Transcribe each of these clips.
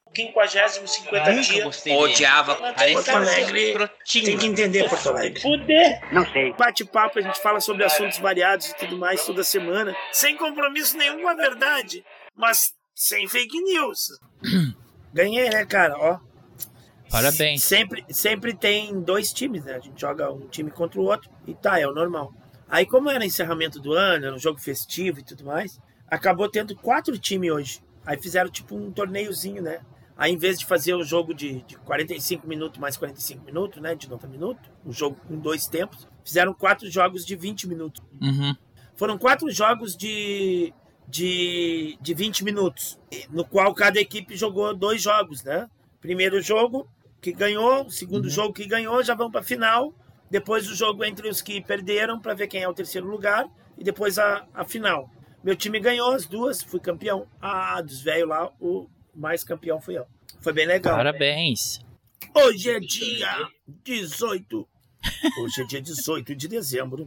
50º, 50 dias. Odiava. Porto Alegre, tem que entender Porto Alegre. Fuder! Não sei. Bate-papo, a gente fala sobre assuntos variados e tudo mais toda semana, sem compromisso nenhum com a verdade, mas sem fake news. Ganhei, né, cara? Ó. Parabéns. Sempre tem dois times, né? A gente joga um time contra o outro e tá, é o normal. Aí, como era encerramento do ano, era um jogo festivo e tudo mais, acabou tendo 4 times hoje. Aí fizeram tipo um torneiozinho, né? Aí, em vez de fazer o jogo de 45 minutos mais 45 minutos, né? De 90 minutos, um jogo com 2 tempos, fizeram 4 jogos de 20 minutos. Uhum. Foram 4 jogos de 20 minutos, no qual cada equipe jogou 2 jogos, né? Primeiro jogo que ganhou, o segundo jogo que ganhou, já vão para a final. Depois o jogo entre os que perderam para ver quem é o terceiro lugar. E depois a final. Meu time ganhou as 2, fui campeão. Dos velhos lá, o mais campeão fui eu. Foi bem legal. Parabéns. Hoje é dia 18. Hoje é dia 18 de dezembro.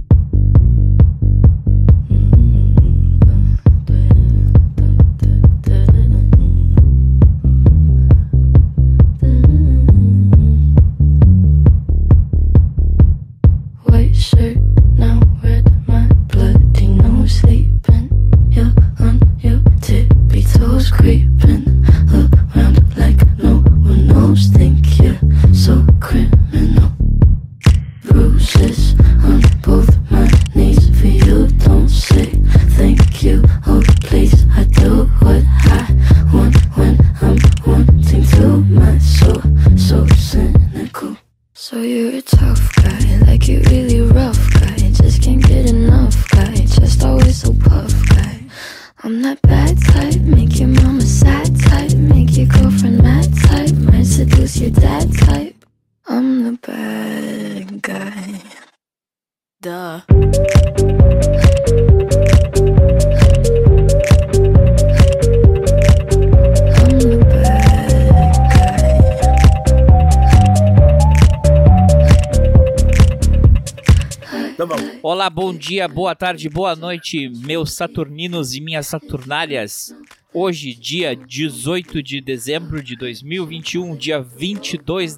Olá, bom dia, boa tarde, boa noite, meus saturninos e minhas saturnálias. Hoje, dia 18 de dezembro de 2021, dia 22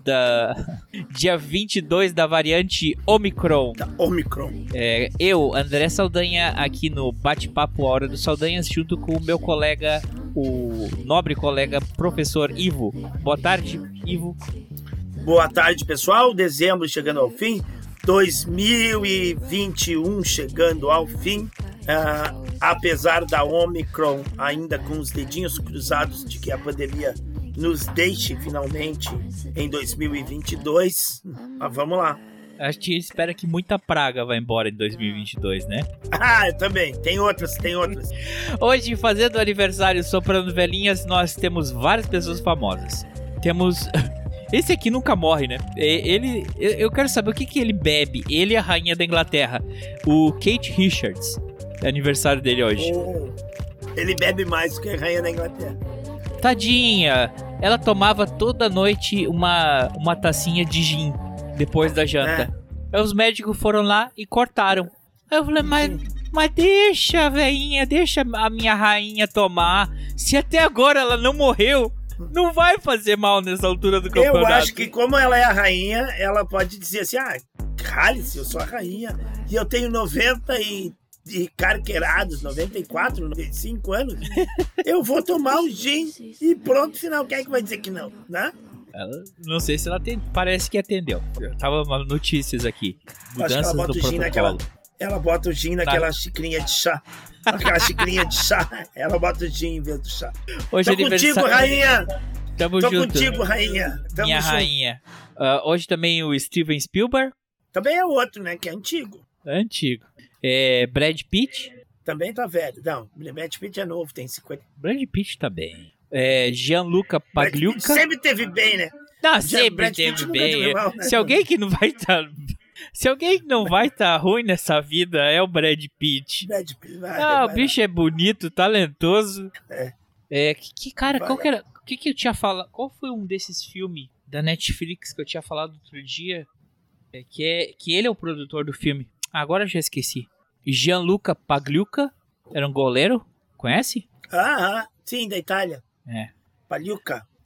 da variante Omicron. Eu, André Saldanha, aqui no Bate-Papo A Hora dos Saldanhas, junto com o meu colega, o nobre colega, professor Ivo. Boa tarde, Ivo. Boa tarde, pessoal. Dezembro chegando ao fim. 2021 chegando ao fim, apesar da Omicron ainda com os dedinhos cruzados de que a pandemia nos deixe finalmente em 2022, mas vamos lá. A gente espera que muita praga vá embora em 2022, né? Eu também, tem outras. Hoje, fazendo aniversário, soprando velhinhas, nós temos várias pessoas famosas. Temos... Esse aqui nunca morre, né? Eu quero saber o que ele bebe. Ele é a rainha da Inglaterra. O Kate Richards. É aniversário dele hoje. Ele bebe mais do que a rainha da Inglaterra. Tadinha. Ela tomava toda noite uma tacinha de gin depois da janta. Aí os médicos foram lá e cortaram. Aí eu falei, mas deixa, velhinha, deixa a minha rainha tomar. Se até agora ela não morreu... Não vai fazer mal nessa altura do campeonato. Eu acho que como ela é a rainha, ela pode dizer assim, cale-se, eu sou a rainha e eu tenho 90 e carqueirados, 94, 95 anos. Eu vou tomar um gin e pronto, final. Quem é que vai dizer que não, né? Não sei se ela parece que atendeu. Eu tava notícias aqui. Mudanças do protocolo. Ela bota o gin naquela xicrinha de chá. Aquela xicrinha de chá, ela bota o gin em vez do chá. Hoje Tô contigo, rainha! Tamo Tô junto. contigo, rainha! Tamo Minha junto. rainha. Hoje também o Steven Spielberg. Também é outro, né? Que é antigo. Antigo. Brad Pitt. Também tá velho. Não, Brad Pitt é novo, tem 50. Brad Pitt tá bem. Gianluca Pagliuca. Sempre teve bem, né? Não, sempre teve bem. Mal, né? Se alguém que não vai estar... Se alguém que não vai estar ruim nessa vida é o Brad Pitt. O bicho é bonito, talentoso. Cara, o que eu tinha falado? Qual foi um desses filmes da Netflix que eu tinha falado outro dia? Que ele é o produtor do filme. Agora eu já esqueci. Gianluca Pagliuca era um goleiro. Conhece? Sim, da Itália. É. Pagliuca.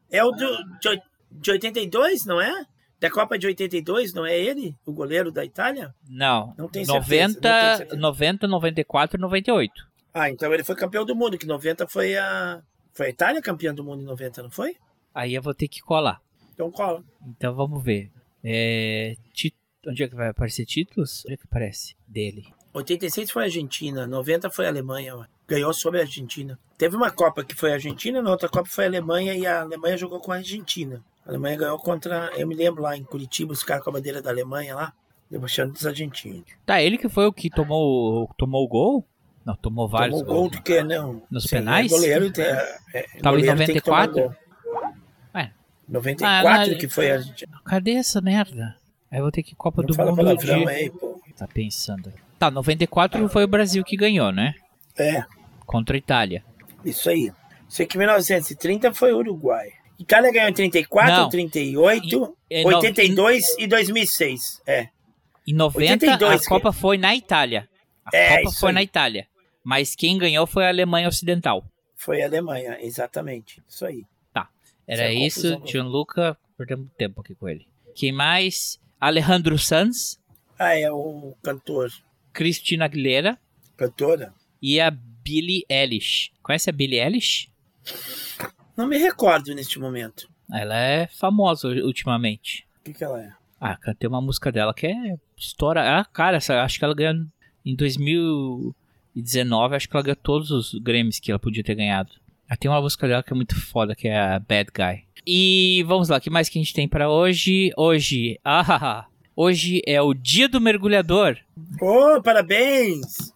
É o de 82, não é? Da Copa de 82, não é ele? O goleiro da Itália? Não. Não tem 90, 90, 94 e 98. Então ele foi campeão do mundo, que 90 foi a Itália campeã do mundo em 90, não foi? Aí eu vou ter que colar. Então cola. Então vamos ver. Onde é que vai aparecer títulos? Onde é que aparece dele? 86 foi a Argentina, 90 foi a Alemanha. Ganhou sobre a Argentina. Teve uma Copa que foi a Argentina, na outra Copa foi a Alemanha e a Alemanha jogou com a Argentina. A Alemanha ganhou contra, eu me lembro lá em Curitiba, os caras com a bandeira da Alemanha lá, debochando dos argentinos. Tá, ele que foi o que tomou o gol? Não, tomou vários gols. Tomou gol do que, não? Nos penais? Goleiro tava goleiro em 94? Ué. 94 que foi a Argentina. Cadê essa merda? Aí eu vou ter que Copa não do fala Mundo palavrão aí, pô. Tá pensando. Tá, 94 foi o Brasil que ganhou, né? É. Contra a Itália. Isso aí. Sei que 1930 foi o Uruguai. Itália ganhou em 34, não. 38, 82 e 2006. Em 90 82, a Copa foi na Itália. A Copa foi na Itália. Mas quem ganhou foi a Alemanha Ocidental. Foi a Alemanha, exatamente. Isso aí. Tá. Era isso, Gianluca. Perdemos tempo aqui com ele. Quem mais? Alejandro Sanz. É o cantor. Christina Aguilera. Cantora. E a Billie Eilish. Conhece a Billie Eilish? Não me recordo neste momento. Ela é famosa ultimamente. O que ela é? Cantei uma música dela que é história. Cara, acho que ela ganhou em 2019. Acho que ela ganhou todos os Grammys que ela podia ter ganhado. Tem uma música dela que é muito foda, que é a Bad Guy. E vamos lá, o que mais que a gente tem pra hoje? Hoje é o Dia do Mergulhador. Parabéns!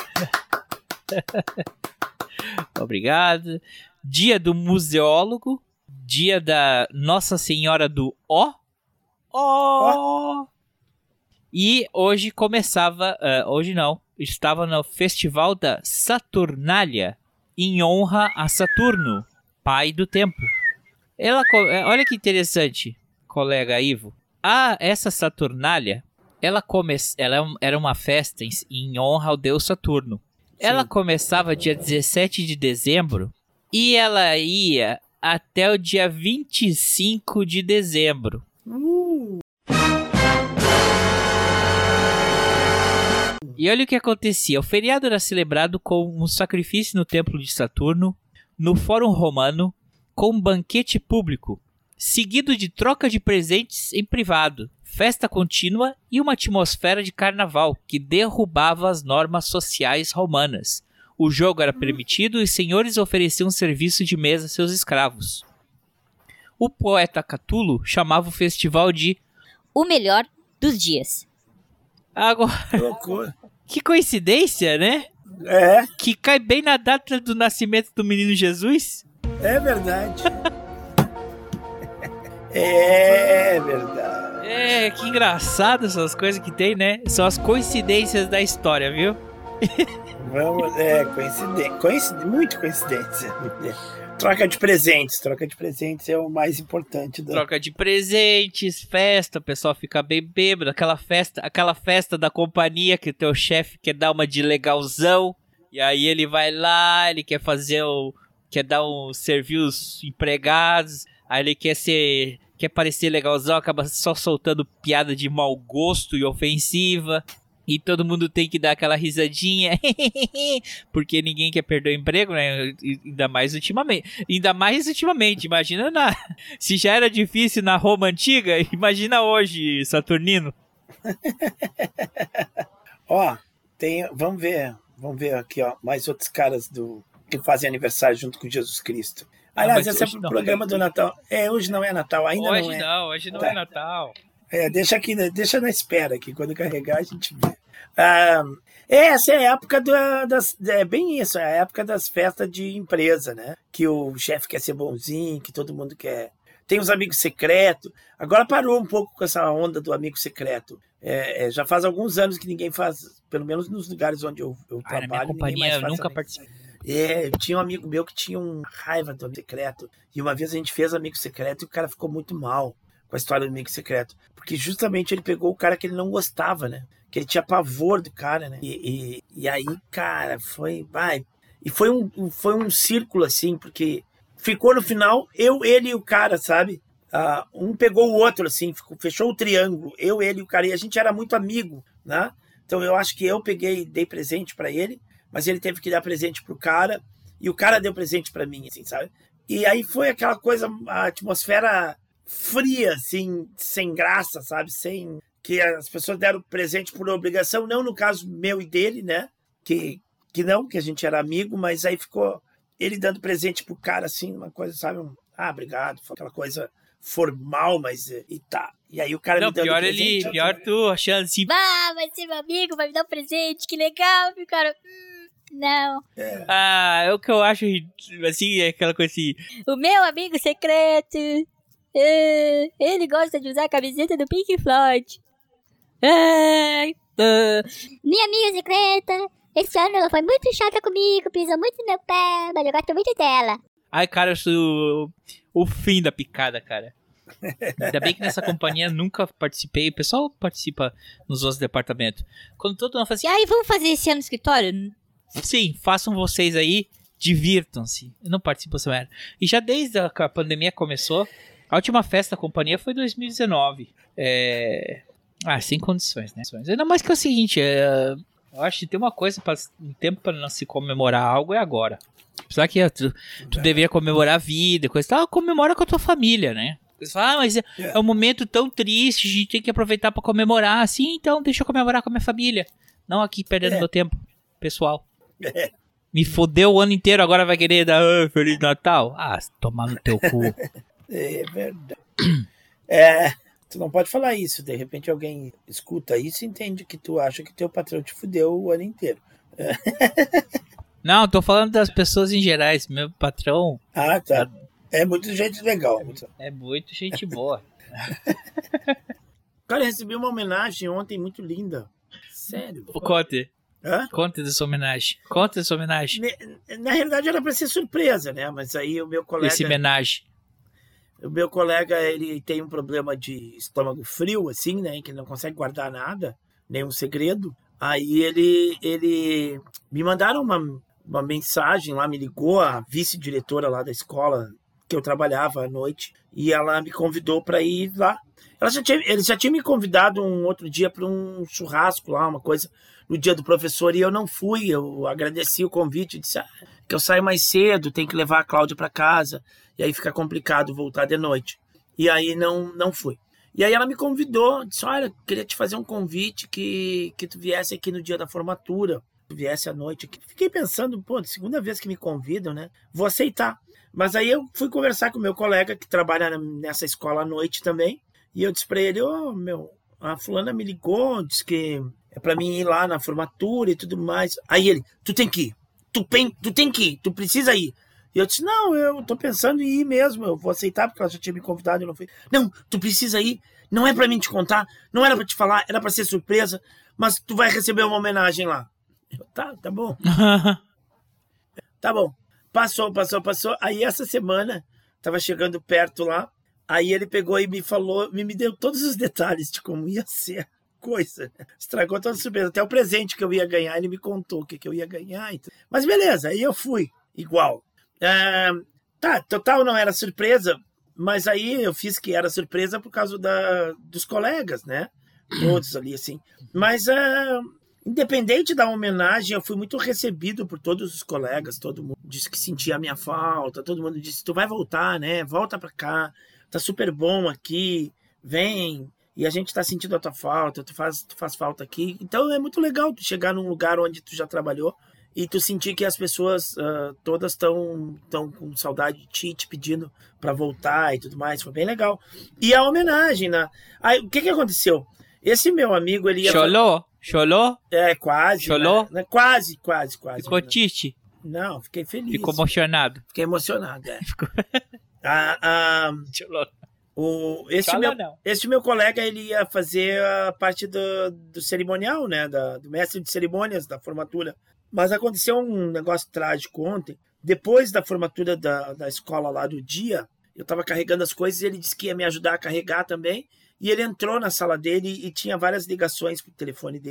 Obrigado. Dia do Museólogo. Dia da Nossa Senhora do Ó. E hoje começava... hoje não. Estava no Festival da Saturnália, em honra a Saturno, pai do tempo. Olha que interessante, colega Ivo. Essa Saturnália, ela era uma festa em honra ao deus Saturno. Sim. Ela começava dia 17 de dezembro e ela ia até o dia 25 de dezembro. E olha o que acontecia. O feriado era celebrado com um sacrifício no templo de Saturno, no Fórum Romano, com um banquete público, seguido de troca de presentes em privado, festa contínua e uma atmosfera de carnaval que derrubava as normas sociais romanas. O jogo era permitido e os senhores ofereciam serviço de mesa a seus escravos. O poeta Catulo chamava o festival de o melhor dos dias. Agora, que coincidência, né? Que cai bem na data do nascimento do menino Jesus. É verdade. É verdade. Que engraçado essas coisas que tem, né? São as coincidências da história, viu? Coincidência. Muito coincidência. Troca de presentes é o mais importante. Troca de presentes, festa, o pessoal fica bem bêbado, aquela festa da companhia que o teu chefe quer dar uma de legalzão, e aí ele vai lá, ele quer servir os empregados, aí ele quer parecer legalzão, acaba só soltando piada de mau gosto e ofensiva. E todo mundo tem que dar aquela risadinha, porque ninguém quer perder o emprego, né? Ainda mais ultimamente. Imagina se já era difícil na Roma antiga, imagina hoje, Saturnino. Vamos ver aqui, mais outros caras que fazem aniversário junto com Jesus Cristo. Aliás, esse é o programa do Natal. Hoje não é Natal, ainda não é. Hoje não é Natal. Deixa na espera aqui, quando carregar a gente vê. Essa é a época bem isso, é a época das festas de empresa, né? Que o chefe quer ser bonzinho, que todo mundo quer. Tem os amigos secretos. Agora parou um pouco com essa onda do amigo secreto. Já faz alguns anos que ninguém faz, pelo menos nos lugares onde eu trabalho. Na minha companhia eu nunca participei. Eu tinha um amigo meu que tinha uma raiva do amigo secreto. E uma vez a gente fez amigo secreto e o cara ficou muito mal com a história do amigo secreto. Porque justamente ele pegou o cara que ele não gostava, né? Que ele tinha pavor do cara, né? E aí, cara, foi um círculo assim, porque ficou no final, ele e o cara, sabe? Um pegou o outro, assim, fechou o triângulo, ele e o cara, e a gente era muito amigo, né? Então eu acho que eu dei presente pra ele, mas ele teve que dar presente pro cara, e o cara deu presente pra mim, assim, sabe? E aí foi aquela coisa, a atmosfera fria, assim, sem graça, sabe? Que as pessoas deram presente por obrigação, não no caso meu e dele, né? Que a gente era amigo, mas aí ficou ele dando presente pro cara, assim, uma coisa, sabe? Obrigado, foi aquela coisa formal, mas e tá. E aí o cara me dando presente. Pior tu achando assim, vai ser meu amigo, vai me dar um presente, que legal, e o cara... Não. É o que eu acho, assim, é aquela coisa assim... O meu amigo secreto, ele gosta de usar a camiseta do Pink Floyd. Minha amiga secreta, esse ano ela foi muito chata comigo, pisou muito no meu pé, mas eu gosto muito dela. Ai, cara, eu sou o fim da picada, cara. Ainda bem que nessa companhia nunca participei. O pessoal participa nos outros departamentos. Quando todo mundo fala assim, vamos fazer esse ano no escritório? Sim, façam vocês aí, divirtam-se. Eu não participo dessa merda. E já desde que a pandemia começou, a última festa da companhia foi 2019. Sem condições, né? Ainda mais que é o seguinte, eu acho que tem uma coisa, um tempo para não se comemorar algo é agora. Apesar que tu deveria comemorar a vida, coisa e tal, comemora com a tua família, né? Você fala, mas é um momento tão triste, a gente tem que aproveitar pra comemorar. Sim, então deixa eu comemorar com a minha família. Não aqui perdendo meu tempo, pessoal. Me fodeu o ano inteiro, agora vai querer dar Feliz Natal? Tomar no teu cu. É verdade. Tu não pode falar isso. De repente alguém escuta isso e entende que tu acha que teu patrão te fudeu o ano inteiro. Não, tô falando das pessoas em gerais. Meu patrão... Tá. É muito gente legal. É muito gente boa. Cara, eu recebi uma homenagem ontem muito linda. Sério. Conte dessa homenagem. Conta dessa homenagem. Na realidade era pra ser surpresa, né? Mas aí o meu colega... Esse homenagem. O meu colega, ele tem um problema de estômago frio, assim, né? Que ele não consegue guardar nada, nenhum segredo. Aí ele me mandaram uma mensagem lá, me ligou a vice-diretora lá da escola que eu trabalhava à noite, e ela me convidou para ir lá. Ele já tinha me convidado um outro dia para um churrasco lá, uma coisa, no dia do professor, e eu não fui. Eu agradeci o convite, disse que eu saio mais cedo, tem que levar a Cláudia para casa, e aí fica complicado voltar de noite. E aí não fui. E aí ela me convidou, disse, olha, queria te fazer um convite que tu viesse aqui no dia da formatura, tu viesse à noite aqui. Fiquei pensando, segunda vez que me convidam, né? Vou aceitar. Mas aí eu fui conversar com o meu colega que trabalha nessa escola à noite também, e eu disse pra ele, a fulana me ligou, disse que é pra mim ir lá na formatura e tudo mais. Aí ele, tu tem que ir, tu tem que ir, tu precisa ir. E eu disse, não, eu tô pensando em ir mesmo, eu vou aceitar porque ela já tinha me convidado e eu não fui. Não, tu precisa ir, não é pra mim te contar, não era pra te falar, era pra ser surpresa, mas tu vai receber uma homenagem lá. Eu, tá bom. Tá bom. Passou. Aí essa semana, tava chegando perto lá, aí ele pegou e me falou, me deu todos os detalhes de como ia ser a coisa. Estragou toda a surpresa. Até o presente que eu ia ganhar, ele me contou o que eu ia ganhar. Mas beleza, aí eu fui, igual. Total não era surpresa, mas aí eu fiz que era surpresa por causa dos colegas, né? Todos ali, assim. Mas... independente da homenagem, eu fui muito recebido por todos os colegas, todo mundo disse que sentia a minha falta, todo mundo disse, tu vai voltar, né? Volta pra cá, tá super bom aqui, vem, e a gente tá sentindo a tua falta, tu faz falta aqui. Então é muito legal tu chegar num lugar onde tu já trabalhou e tu sentir que as pessoas todas estão com saudade de ti, te pedindo pra voltar e tudo mais, foi bem legal. E a homenagem, né? Aí, o que aconteceu? Esse meu amigo, ele ia... Chorou? Quase. Chorou? Né? Quase. Ficou triste? Não, fiquei feliz. Ficou emocionado? Fiquei emocionado, Esse meu colega, ele ia fazer a parte do cerimonial, né? Do mestre de cerimônias da formatura. Mas aconteceu um negócio trágico ontem. Depois da formatura da escola lá do dia, eu tava carregando as coisas e ele disse que ia me ajudar a carregar também. E ele entrou na sala dele e tinha várias ligações pro telefone dele.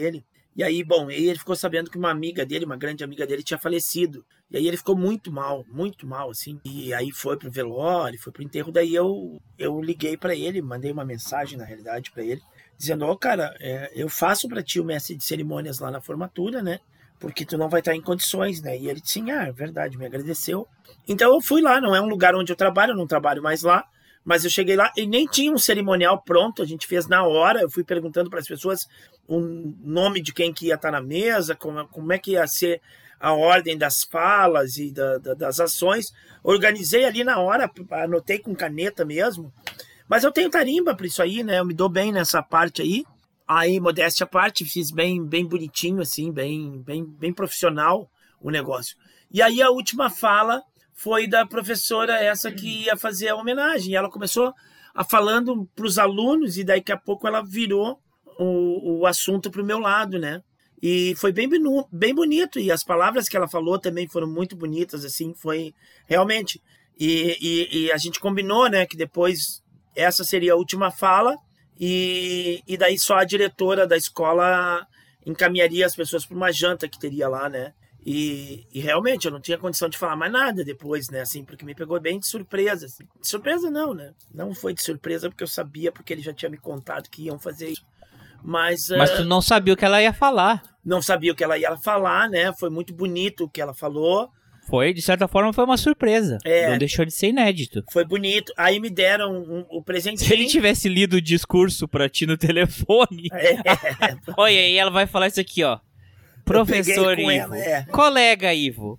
E aí, bom, ele ficou sabendo que uma amiga dele, uma grande amiga dele, tinha falecido. E aí ele ficou muito mal, assim. E aí foi pro velório, foi pro enterro. Daí eu liguei pra ele, mandei uma mensagem, na realidade, pra ele, dizendo, cara, eu faço pra ti o mestre de cerimônias lá na formatura, né? Porque tu não vai estar em condições, né? E ele disse, é verdade, me agradeceu. Então eu fui lá, não é um lugar onde eu não trabalho mais lá. Mas eu cheguei lá e nem tinha um cerimonial pronto, a gente fez na hora. Eu fui perguntando para as pessoas o nome de quem que ia estar na mesa, como é que ia ser a ordem das falas e das ações. Organizei ali na hora, anotei com caneta mesmo. Mas eu tenho tarimba para isso aí, né? Eu me dou bem nessa parte aí. Aí, modéstia à parte, fiz bem bonitinho, assim, bem profissional o negócio. E aí a última fala foi da professora essa que ia fazer a homenagem. E ela começou falando para os alunos e daqui a pouco ela virou o assunto para o meu lado, né? E foi bem bonito. E as palavras que ela falou também foram muito bonitas, assim, foi realmente. E a gente combinou, né, que depois essa seria a última fala e daí só a diretora da escola encaminharia as pessoas para uma janta que teria lá, né? E realmente eu não tinha condição de falar mais nada depois, né, assim, porque me pegou bem de surpresa, assim. De surpresa não, né, não foi de surpresa porque eu sabia, porque ele já tinha me contado que iam fazer isso, mas tu não sabia o que ela ia falar. Não sabia o que ela ia falar, né, foi muito bonito o que ela falou. Foi, de certa forma, foi uma surpresa. Não deixou de ser inédito. Foi bonito. Aí me deram o presentinho. Se ele tivesse lido o discurso pra ti no telefone... Olha, aí ela vai falar isso aqui, ó. Professor Ivo, ela, colega Ivo.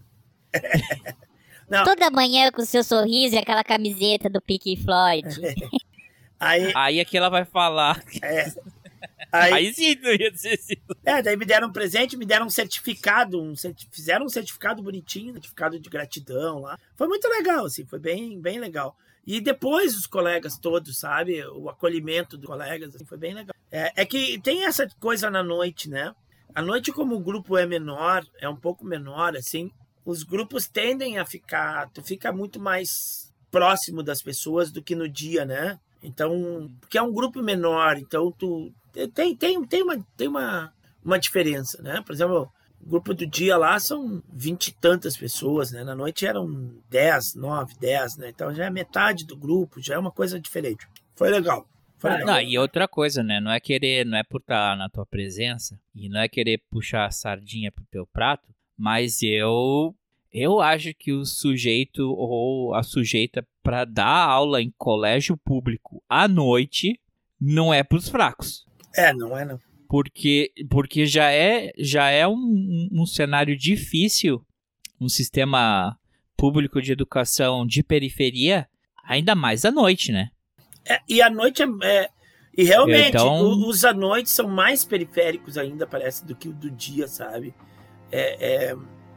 Não. Toda manhã com o seu sorriso e aquela camiseta do Pink Floyd. Aí aqui ela vai falar. Aí sim, não ia dizer assim. Daí me deram um presente, me deram um certificado, fizeram um certificado bonitinho, certificado de gratidão lá. Foi muito legal, assim, foi bem legal. E depois os colegas todos, sabe, o acolhimento dos colegas, assim, foi bem legal. É que tem essa coisa na noite, né? A noite, como o grupo é menor, é um pouco menor, assim, os grupos tendem a tu fica muito mais próximo das pessoas do que no dia, né? Então, porque é um grupo menor, então tem uma diferença, né? Por exemplo, o grupo do dia lá são 20 e tantas pessoas, né? Na noite eram 9, 10, né? Então já é metade do grupo, já é uma coisa diferente. Foi legal. Não, e outra coisa, né? Não é por estar na tua presença e não é querer puxar a sardinha pro teu prato, mas eu acho que o sujeito ou a sujeita para dar aula em colégio público à noite não é pros fracos. Não é não. Porque já é um cenário difícil, um sistema público de educação de periferia, ainda mais à noite, né? E a noite e realmente, então... os à noite são mais periféricos ainda, parece, do que o do dia, sabe? É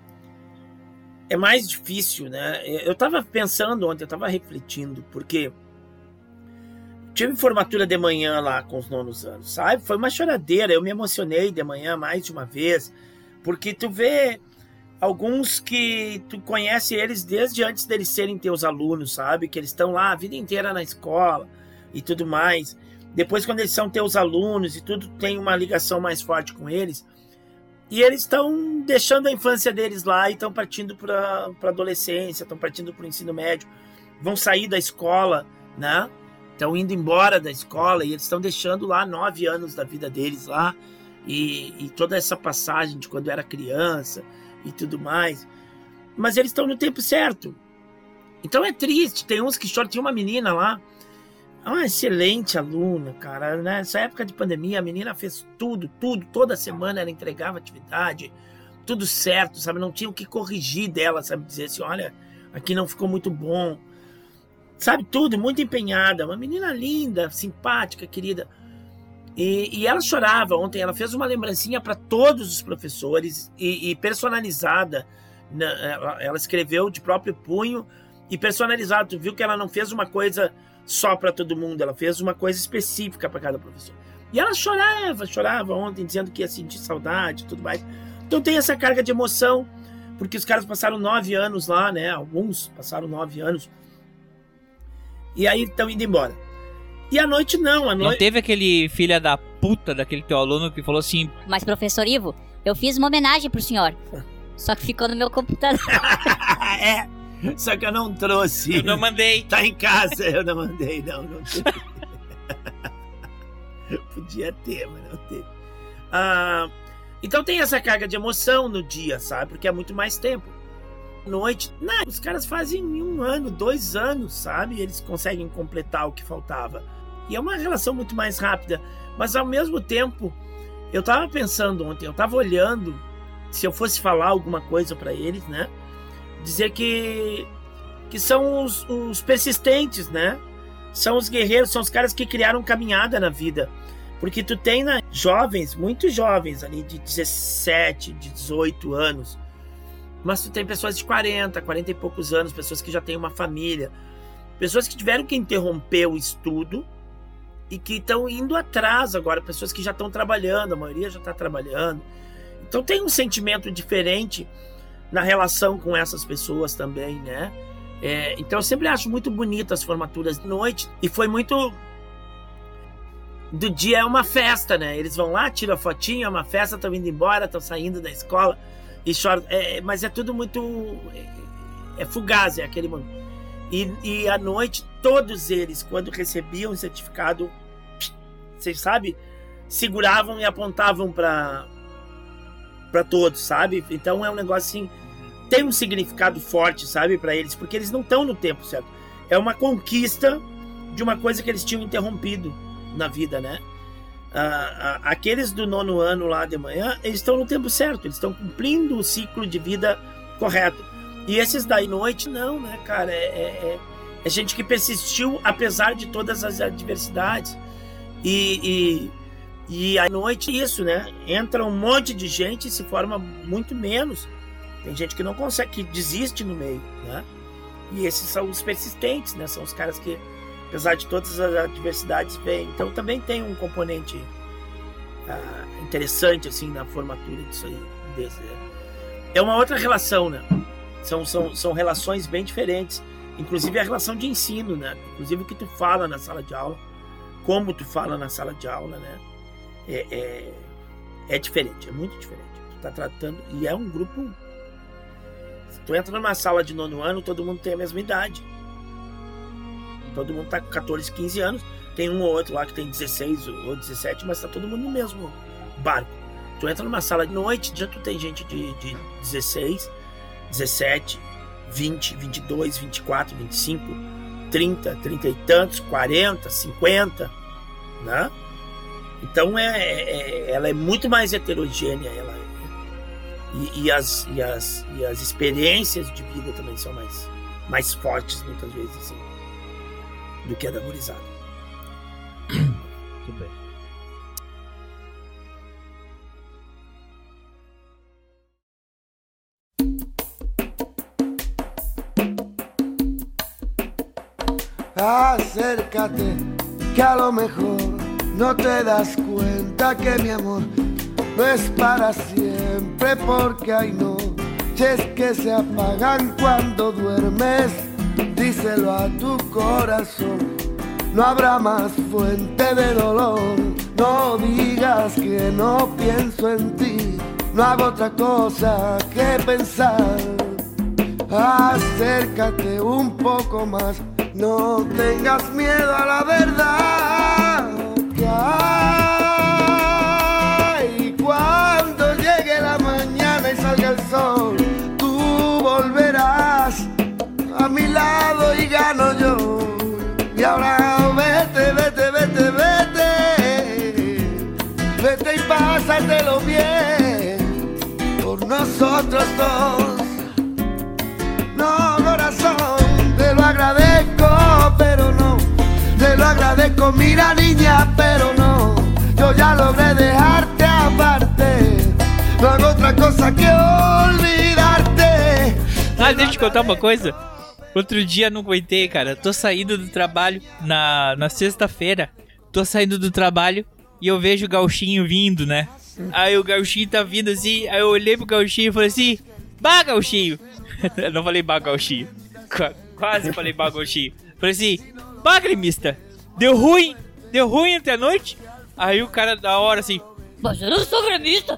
mais difícil, né? Eu tava pensando ontem, eu tava refletindo, porque tive formatura de manhã lá com os nonos anos, sabe? Foi uma choradeira, eu me emocionei de manhã mais de uma vez, porque tu vê alguns que tu conhece eles desde antes deles serem teus alunos, sabe? Que eles estão lá a vida inteira na escola e tudo mais. Depois, quando eles são teus alunos e tudo, tem uma ligação mais forte com eles. E eles estão deixando a infância deles lá e estão partindo para a adolescência, estão partindo para o ensino médio, vão sair da escola, né? Estão indo embora da escola e eles estão deixando lá 9 anos da vida deles lá e toda essa passagem de quando era criança e tudo mais, mas eles estão no tempo certo. Então é triste, tem uns que choram. Tinha uma menina lá, uma excelente aluna, cara, nessa época de pandemia a menina fez tudo, toda semana ela entregava atividade, tudo certo, sabe, não tinha o que corrigir dela, sabe, dizer assim, olha, aqui não ficou muito bom, sabe, tudo, muito empenhada, uma menina linda, simpática, querida. E ela chorava ontem, ela fez uma lembrancinha para todos os professores e personalizada, ela escreveu de próprio punho e personalizado. Tu viu que ela não fez uma coisa só para todo mundo, ela fez uma coisa específica para cada professor. E ela chorava ontem, dizendo que ia sentir saudade e tudo mais. Então tem essa carga de emoção, porque os caras passaram 9 anos lá, né? Alguns passaram 9 anos e aí estão indo embora. E à noite não, Não teve aquele filha da puta daquele teu aluno que falou assim... Mas, professor Ivo, eu fiz uma homenagem pro senhor. Só que ficou no meu computador. Só que eu não trouxe. Eu não mandei. Tá em casa, eu não mandei, não teve. Podia ter, mas não teve. Então tem essa carga de emoção no dia, sabe? Porque é muito mais tempo. Noite, não, os caras fazem em 1 ano, 2 anos, sabe? Eles conseguem completar o que faltava. E é uma relação muito mais rápida. Mas ao mesmo tempo, eu tava pensando ontem, eu tava olhando, se eu fosse falar alguma coisa pra eles, né? Dizer que são os persistentes, né? São os guerreiros, são os caras que criaram caminhada na vida. Porque tu tem jovens, muito jovens ali, de 17, de 18 anos. Mas tu tem pessoas de 40 e poucos anos, pessoas que já têm uma família. Pessoas que tiveram que interromper o estudo e que estão indo atrás agora. Pessoas que já estão trabalhando, a maioria já está trabalhando. Então tem um sentimento diferente na relação com essas pessoas também, né? Então eu sempre acho muito bonito as formaturas de noite. E foi muito... Do dia é uma festa, né? Eles vão lá, tiram a fotinha, é uma festa, estão indo embora, estão saindo da escola e choram. Mas é tudo muito... É fugaz, é aquele momento. E à noite, todos eles, quando recebiam o certificado, vocês sabem, seguravam e apontavam para todos, sabe? Então é um negócio assim... Tem um significado forte, sabe, para eles, porque eles não estão no tempo certo. É uma conquista de uma coisa que eles tinham interrompido na vida, né? Aqueles do 9º ano lá de manhã, eles estão no tempo certo, eles estão cumprindo o ciclo de vida correto. E esses da noite, não, né, cara? É gente que persistiu apesar de todas as adversidades. E à noite, isso, né? Entra um monte de gente e se forma muito menos. Tem gente que não consegue, que desiste no meio, né? E esses são os persistentes, né? São os caras que, apesar de todas as adversidades, vêm. Então também tem um componente interessante, assim, na formatura disso aí. É uma outra relação, né? São relações bem diferentes. Inclusive a relação de ensino, né? Inclusive o que tu fala na sala de aula, como tu fala na sala de aula, né? É diferente, é muito diferente. Tu tá tratando... E é um grupo... Tu entra numa sala de 9º ano, todo mundo tem a mesma idade. Todo mundo tá com 14, 15 anos. Tem um ou outro lá que tem 16 ou 17, mas tá todo mundo no mesmo barco. Tu entra numa sala de noite, já tu tem gente de 16, 17, 20, 22, 24, 25, 30, 30 e tantos, 40, 50, né? Então ela é muito mais heterogênea, e as experiências de vida também são mais fortes, muitas vezes, assim, do que a da gurizada. Muito bem. Acércate, que a lo mejor no te das cuenta que mi amor no es para siempre, porque hay noches que se apagan cuando duermes. Díselo a tu corazón, no habrá más fuente de dolor. No digas que no pienso en ti, no hago otra cosa que pensar. Acércate un poco más, no tengas miedo a la verdad. Que hay cuando llegue la mañana y salga el sol, tú volverás a mi lado y gano yo. Y ahora vete, vete, vete, vete, vete y pásatelo bien por nosotros dos. No, corazón, te lo agradezco, pero no. Te lo agradezco, mira niña, pero no. Yo ya logré dejarte aparte, no hago outra cosa que olvidarte. Deixa eu te contar uma coisa. Outro dia não aguentei, cara. Tô saindo do trabalho na sexta-feira. Tô saindo do trabalho e eu vejo o Gauchinho vindo, né? Aí o Gauchinho tá vindo assim. Aí eu olhei pro Gauchinho e falei assim: bah, Gauchinho. Eu não falei bah, Gauchinho. Quase falei bah, Gauchinho. Falei assim: bah, gremista. Deu ruim ontem à noite? Aí o cara da hora assim, mas eu não sou gremista.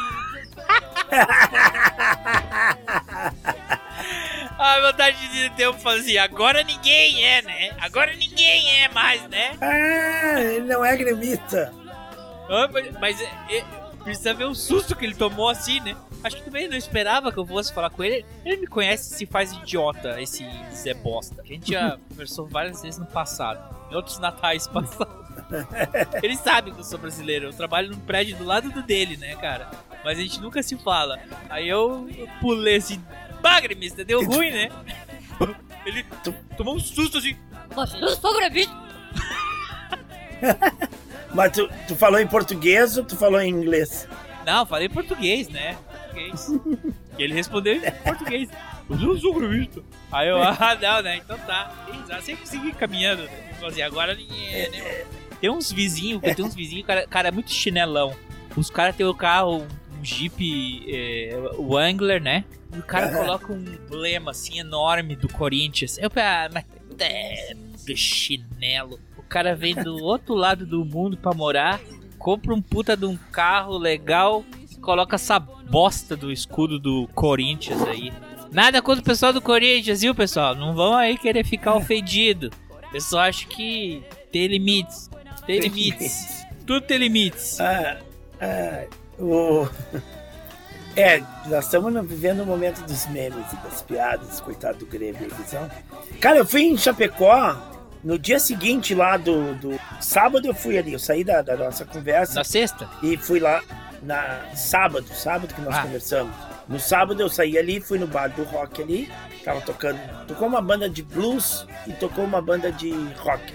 a vontade de ter um falar assim, agora ninguém é, né? Agora ninguém é mais, né? Ah, ele não é gremista. Mas precisa ver o susto que ele tomou assim, né? Acho que também não esperava que eu fosse falar com ele. Ele me conhece, se faz idiota, esse Zé Bosta. Que a gente já conversou várias vezes no passado. Em outros natais passados. Ele sabe que eu sou brasileiro. Eu trabalho num prédio do lado do dele, né, cara? Mas a gente nunca se fala. Aí eu pulei assim, gremista, deu ruim, né? Ele tomou um susto assim. Mas eu não sou gremista. Mas tu falou em português ou tu falou em inglês? Não, falei português, né? Português. E ele respondeu em português. Mas eu não sou gremista. Aí eu, não, né? Então tá. Sempre segui caminhando. Assim, agora ninguém é, né? Tem uns vizinhos, cara, é muito chinelão. Os caras tem o carro, um Jeep Wrangler, né? E o cara coloca um emblema assim enorme do Corinthians. Eu mas do chinelo. O cara vem do outro lado do mundo pra morar, compra um puta de um carro legal e coloca essa bosta do escudo do Corinthians aí. Nada contra o pessoal do Corinthians, viu, pessoal? Não vão aí querer ficar ofendido. O pessoal acha que tem limites. Tem limites. Tudo tem limites. Nós estamos vivendo o momento dos memes e das piadas, coitado do Grêmio. Cara, eu fui em Chapecó no dia seguinte lá do sábado. Eu fui ali, eu saí da nossa conversa. Na sexta? E fui lá na sábado que nós conversamos. No sábado eu saí ali, fui no bar do rock ali, tava tocou uma banda de blues e tocou uma banda de rock.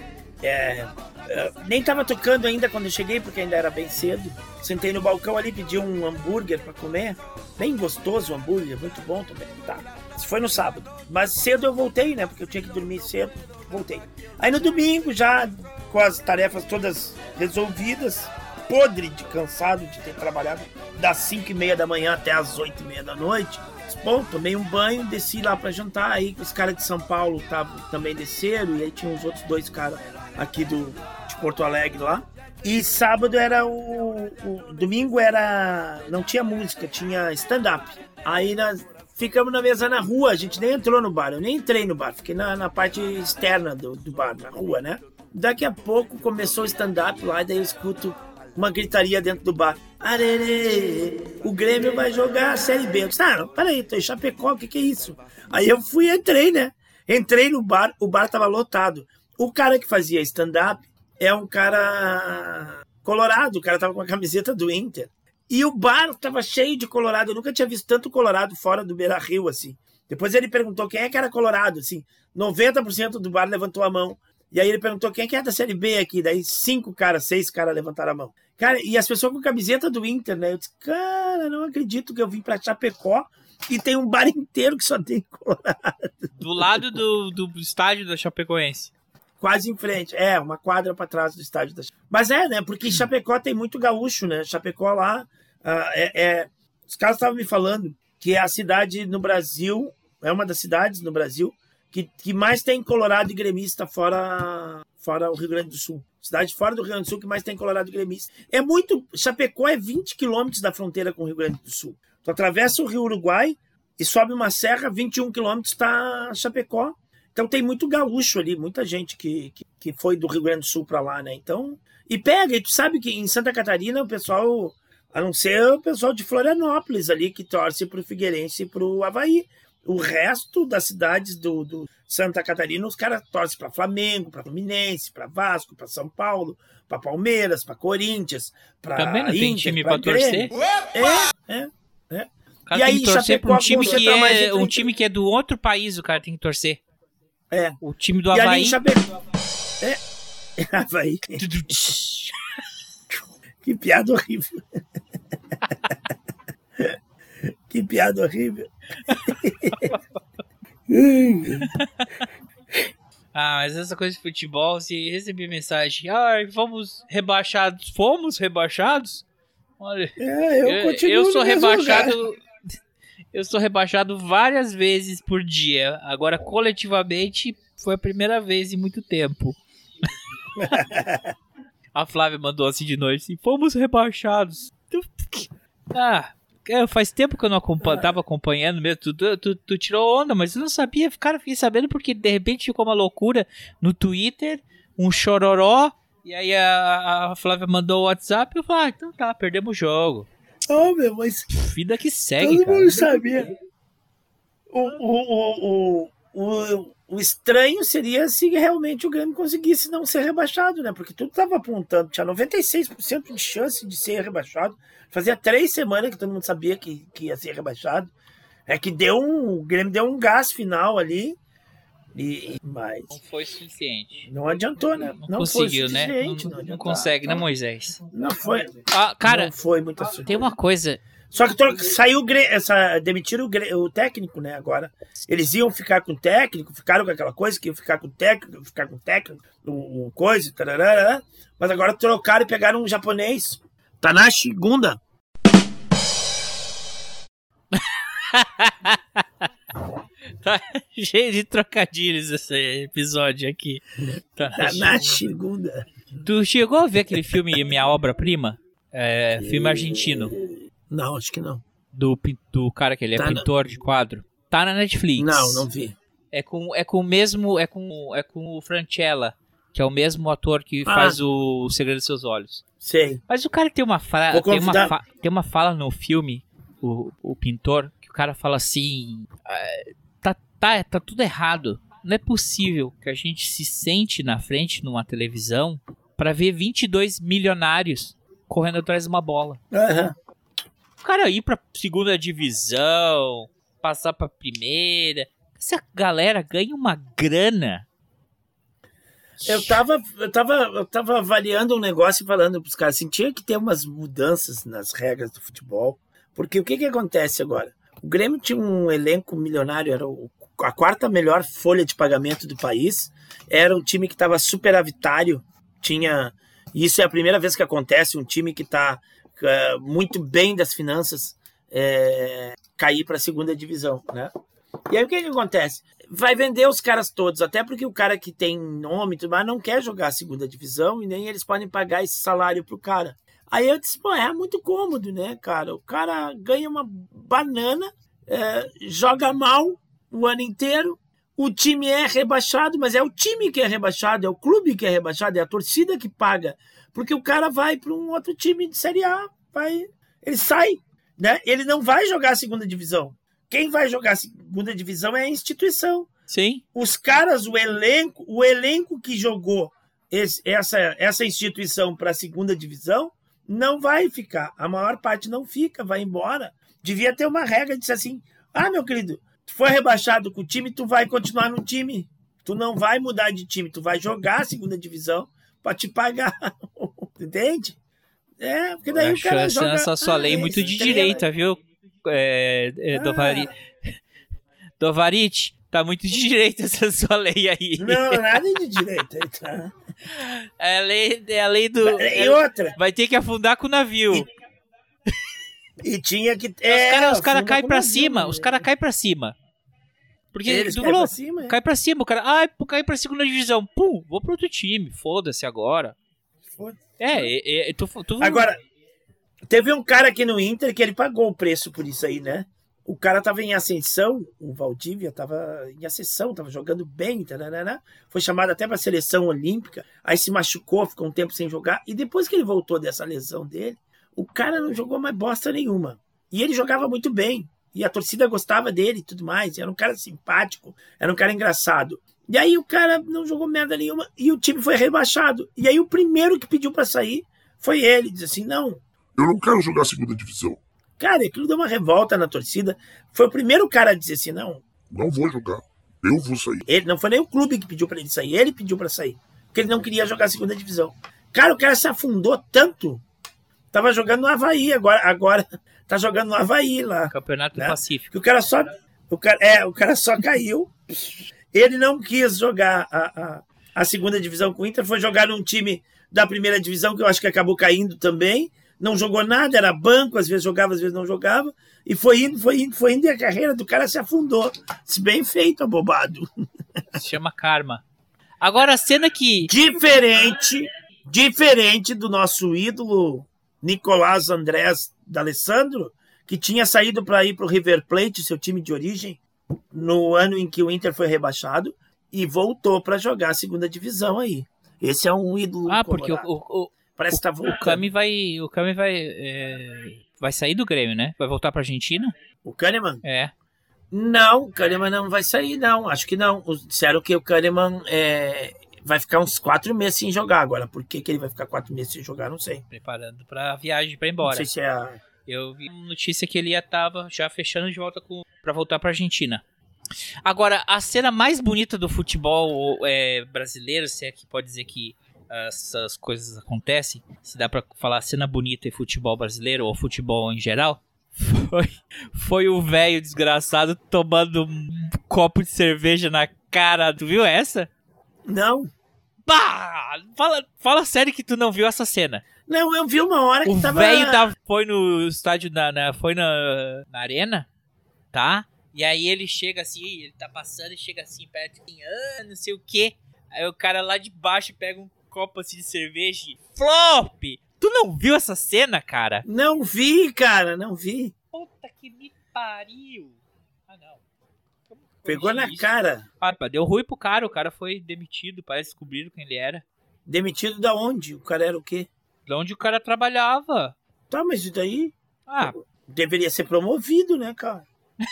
Nem tava tocando ainda quando eu cheguei, porque ainda era bem cedo. Sentei no balcão ali, pedi um hambúrguer pra comer. Bem gostoso o hambúrguer, muito bom também. Tá, isso foi no sábado. Mas cedo eu voltei, né, porque eu tinha que dormir cedo. Voltei. Aí no domingo, já com as tarefas todas resolvidas, podre de cansado de ter trabalhado das 5:30 da manhã até as 8:30 da noite. Bom, tomei um banho, desci lá pra jantar. Aí os caras de São Paulo também desceram. E aí tinha os outros 2 caras aqui de Porto Alegre lá. E sábado era o domingo não tinha música, tinha stand-up. Aí nós ficamos na mesa na rua, a gente nem entrou no bar. Eu nem entrei no bar, fiquei na parte externa do bar, na rua, né? Daqui a pouco começou o stand-up lá, e daí eu escuto uma gritaria dentro do bar. Arerê, o Grêmio vai jogar a Série B. Eu disse, não, peraí, tô em Chapecó, o que é isso? Aí eu entrei, né? Entrei no bar, o bar tava lotado. O cara que fazia stand-up é um cara colorado, o cara tava com a camiseta do Inter. E o bar tava cheio de colorado, eu nunca tinha visto tanto colorado fora do Beira-Rio, assim. Depois ele perguntou quem é que era colorado, assim. 90% do bar levantou a mão. E aí ele perguntou quem é que é da Série B aqui. Daí 6 caras levantaram a mão. Cara, e as pessoas com camiseta do Inter, né? Eu disse, cara, não acredito que eu vim pra Chapecó e tem um bar inteiro que só tem colorado. Do lado do estádio da Chapecoense. Quase em frente. Uma quadra pra trás do estádio da Chapecoense. Mas né? Porque Chapecó tem muito gaúcho, né? Chapecó lá... Os caras estavam me falando que é a cidade no Brasil... É uma das cidades no Brasil que mais tem colorado e gremista fora o Rio Grande do Sul. Cidade fora do Rio Grande do Sul que mais tem colorado e gremista. Chapecó é 20 quilômetros da fronteira com o Rio Grande do Sul. Tu atravessa o Rio Uruguai e sobe uma serra, 21 quilômetros está Chapecó. Então tem muito gaúcho ali, muita gente que foi do Rio Grande do Sul para lá, né? Então, e tu sabe que em Santa Catarina o pessoal, a não ser o pessoal de Florianópolis ali, que torce pro Figueirense e pro Avaí. O resto das cidades do Santa Catarina, os caras torcem para Flamengo, para Fluminense, para Vasco, para São Paulo, para Palmeiras, para Corinthians, para também não tem Inter, time para torcer? O cara tem que torcer para um time que é do outro país, o cara tem que torcer. O time do Avaí. Avaí. Que piada horrível. Que piada horrível. Mas essa coisa de futebol, se receber mensagem, fomos rebaixados. Olha, eu sou rebaixado. Eu sou rebaixado várias vezes por dia. Agora, coletivamente, foi a primeira vez em muito tempo. A Flávia mandou assim de noite, assim, fomos rebaixados. Faz tempo que eu não tava acompanhando mesmo. Tu tirou onda, mas eu não sabia. Cara, fiquei sabendo porque de repente ficou uma loucura no Twitter, um chororó. E aí a Flávia mandou o WhatsApp e eu falei, então tá, perdemos o jogo. Meu, mas... Vida que segue, todo cara. mundo sabia. O estranho seria se realmente o Grêmio conseguisse não ser rebaixado, né? Porque tudo estava apontando, tinha 96% de chance de ser rebaixado. Fazia 3 semanas que todo mundo sabia que ia ser rebaixado. É que o Grêmio deu um gás final ali, mas não foi suficiente. Não adiantou, né? Não conseguiu, foi suficiente, né? Não consegue, né, Moisés? Não foi. Cara, não foi muita surpresa. Tem uma coisa... Só que demitiram o técnico, né, agora. Eles iam ficar com o técnico, ficaram com aquela coisa, que iam ficar com o técnico, coisa, tararara, mas agora trocaram e pegaram um japonês. Tanashi Gunda. Tá cheio de trocadilhos esse episódio aqui. Tanashi Gunda. Tu chegou a ver aquele filme Minha Obra-Prima? Filme argentino. Não, acho que não. Do cara que ele é pintor de quadro. Tá na Netflix. Não vi. É com o Francella, que é o mesmo ator que faz o Segredo dos Seus Olhos. Sei. Mas o cara tem uma fala no filme, o pintor, que o cara fala assim, tá tudo errado. Não é possível que a gente se sente na frente numa televisão pra ver 22 milionários correndo atrás de uma bola. Aham. O cara ir pra segunda divisão, passar pra primeira. Essa galera ganha uma grana. Eu tava avaliando um negócio e falando pros caras assim, tinha que ter umas mudanças nas regras do futebol. Porque o que acontece agora? O Grêmio tinha um elenco milionário, era a 4ª melhor folha de pagamento do país. Era um time que estava superavitário. Isso é a primeira vez que acontece, um time que está muito bem das finanças cair para a segunda divisão, né? E aí o que acontece? Vai vender os caras todos, até porque o cara que tem nome e tudo mais não quer jogar a segunda divisão e nem eles podem pagar esse salário pro cara. Aí eu disse, é muito cômodo, né, cara? O cara ganha uma banana, joga mal o ano inteiro, o time é rebaixado, mas é o time que é rebaixado, é o clube que é rebaixado, é a torcida que paga. Porque o cara vai para um outro time de Série A, ele sai, né? Ele não vai jogar a segunda divisão. Quem vai jogar a segunda divisão é a instituição. Sim. Os caras, o elenco que jogou essa instituição para a segunda divisão não vai ficar. A maior parte não fica, vai embora. Devia ter uma regra, disse assim, meu querido, tu foi rebaixado com o time, tu vai continuar no time. Tu não vai mudar de time, tu vai jogar a segunda divisão para te pagar. Entende? Porque daí o cara joga... Essa sua lei muito de direita, viu? Dovarit, tá muito de direita essa sua lei aí. Não, nada de direita. Tá. É a lei do... E outra... Vai ter que afundar com o navio. E tinha que... Os caras caem pra cima. Os caras caem pra cima. Porque eles tu falou, cai pra cima, o cara, cai pra segunda divisão, vou pro outro time, foda-se agora. Agora, teve um cara aqui no Inter que ele pagou o preço por isso aí, né? O cara tava em ascensão, o Valdívia tava em ascensão, tava jogando bem, foi chamado até pra seleção olímpica, aí se machucou, ficou um tempo sem jogar, e depois que ele voltou dessa lesão dele, o cara não jogou mais bosta nenhuma. E ele jogava muito bem. E a torcida gostava dele e tudo mais. Era um cara simpático, era um cara engraçado. E aí o cara não jogou merda nenhuma e o time foi rebaixado. E aí o primeiro que pediu pra sair foi ele. Diz assim, não. Eu não quero jogar a segunda divisão. Cara, aquilo deu uma revolta na torcida. Foi o primeiro cara a dizer assim, não. Não vou jogar. Eu vou sair. Ele, não foi nem o clube que pediu pra ele sair. Ele pediu pra sair. Porque ele não queria jogar a segunda divisão. Cara, o cara se afundou tanto. Tava jogando no Avaí, agora tá jogando no Avaí lá. Campeonato do Pacífico. O cara só caiu. Ele não quis jogar a segunda divisão com o Inter, foi jogar num time da primeira divisão, que eu acho que acabou caindo também. Não jogou nada, era banco, às vezes jogava, às vezes não jogava. E foi indo e a carreira do cara se afundou. Bem feito, abobado. Se chama karma. Agora a cena que... Diferente Diferente do nosso ídolo Nicolás Andrés D'Alessandro, que tinha saído para ir para o River Plate, seu time de origem, no ano em que o Inter foi rebaixado, e voltou para jogar a segunda divisão aí. Esse é um ídolo. Porque parece que tá voltando. O Cami vai sair do Grêmio, né? Vai voltar para Argentina? O Kahneman? É. Não, o Kahneman não vai sair, não. Acho que não. Disseram que o Kahneman vai ficar uns 4 meses sem jogar agora. Por que ele vai ficar 4 meses sem jogar? Não sei. Preparando pra viagem pra ir embora. Não sei se é Eu vi uma notícia que ele tava já fechando de volta pra voltar pra Argentina. Agora, a cena mais bonita do futebol brasileiro, se é que pode dizer que essas coisas acontecem, se dá pra falar cena bonita e futebol brasileiro, ou futebol em geral, foi o velho desgraçado tomando um copo de cerveja na cara. Tu viu essa? Não. Bah! Fala sério que tu não viu essa cena. Não, eu vi uma hora que tava... O velho foi no estádio, foi na arena, tá? E aí ele chega assim, ele tá passando e chega assim perto, assim, não sei o que. Aí o cara lá de baixo pega um copo assim de cerveja e flop! Tu não viu essa cena, cara? Não vi, cara, não vi. Puta que me pariu. Ah, não. Pegou na cara. Deu ruim pro cara, o cara foi demitido, parece que descobriram quem ele era. Demitido da onde? O cara era o quê? Da onde o cara trabalhava. Tá, mas e daí? Deveria ser promovido, né, cara?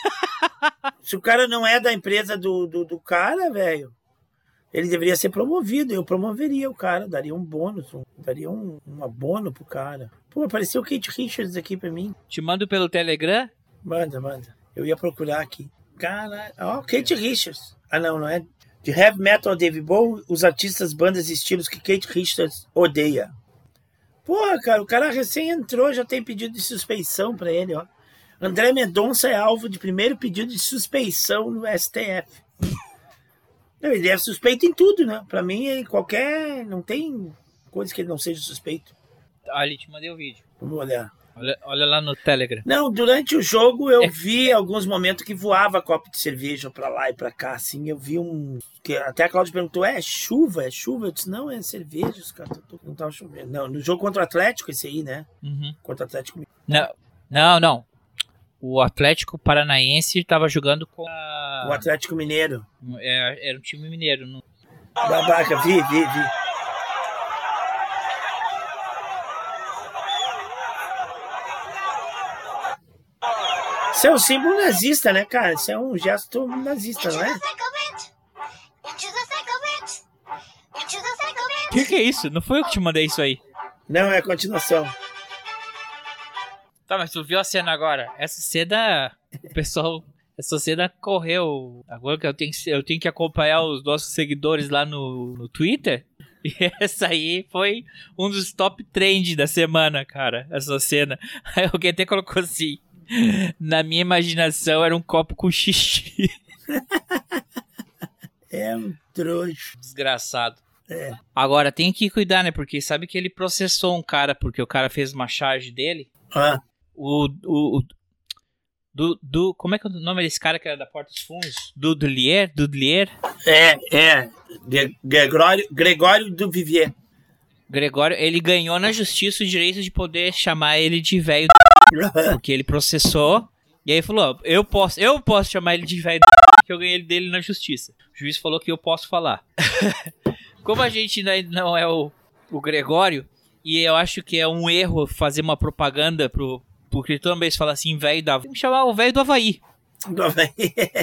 Se o cara não é da empresa do cara, velho, ele deveria ser promovido. Eu promoveria o cara, daria um bônus, daria um abono pro cara. Pô, apareceu o Kate Richards aqui pra mim. Te mando pelo Telegram? Manda. Eu ia procurar aqui. Caralho, Kate Richards. Não é. De heavy metal a David Bowie, os artistas, bandas e estilos que Kate Richards odeia. Porra, cara, o cara recém entrou, já tem pedido de suspeição pra ele, ó. André Mendonça é alvo de primeiro pedido de suspeição no STF. Ele é suspeito em tudo, né? Pra mim, não tem coisa que ele não seja suspeito. Ali, te mandei o vídeo. Vamos olhar. Olha lá no Telegram. Não, durante o jogo eu vi alguns momentos que voava copo de cerveja pra lá e pra cá, assim. Eu vi que até a Cláudia perguntou, é chuva? Eu disse, não, é cerveja, os caras não estavam chovendo. Não, no jogo contra o Atlético, esse aí, né? Uhum. Contra o Atlético. Não. O Atlético Paranaense estava jogando com o Atlético Mineiro. Era um time mineiro. Não... Babaca, vi. Isso é um símbolo nazista, né, cara? Isso é um gesto nazista, não é? Que é isso? Não foi eu que te mandei isso aí. Não, é a continuação. Tá, mas tu viu a cena agora? Essa cena, o pessoal... Essa cena correu. Agora que eu tenho que acompanhar os nossos seguidores lá no Twitter. E essa aí foi um dos top trend da semana, cara. Essa cena. Aí alguém até colocou assim... Na minha imaginação era um copo com xixi. É um trouxa. Desgraçado. É. Agora tem que cuidar, né? Porque sabe que ele processou um cara porque o cara fez uma charge dele. Como é que é o nome desse cara que era da Porta dos Fundos? Dudlier? Gregório Duvivier. Gregório, ele ganhou na justiça o direito de poder chamar ele de velho. Porque ele processou. E aí falou, eu posso chamar ele de velho que eu ganhei dele na justiça. O juiz falou que eu posso falar. Como a gente não é o Gregório, e eu acho que é um erro fazer uma propaganda porque toda vez fala assim, velho da... Vamos chamar o velho do Havaí. Do Havaí.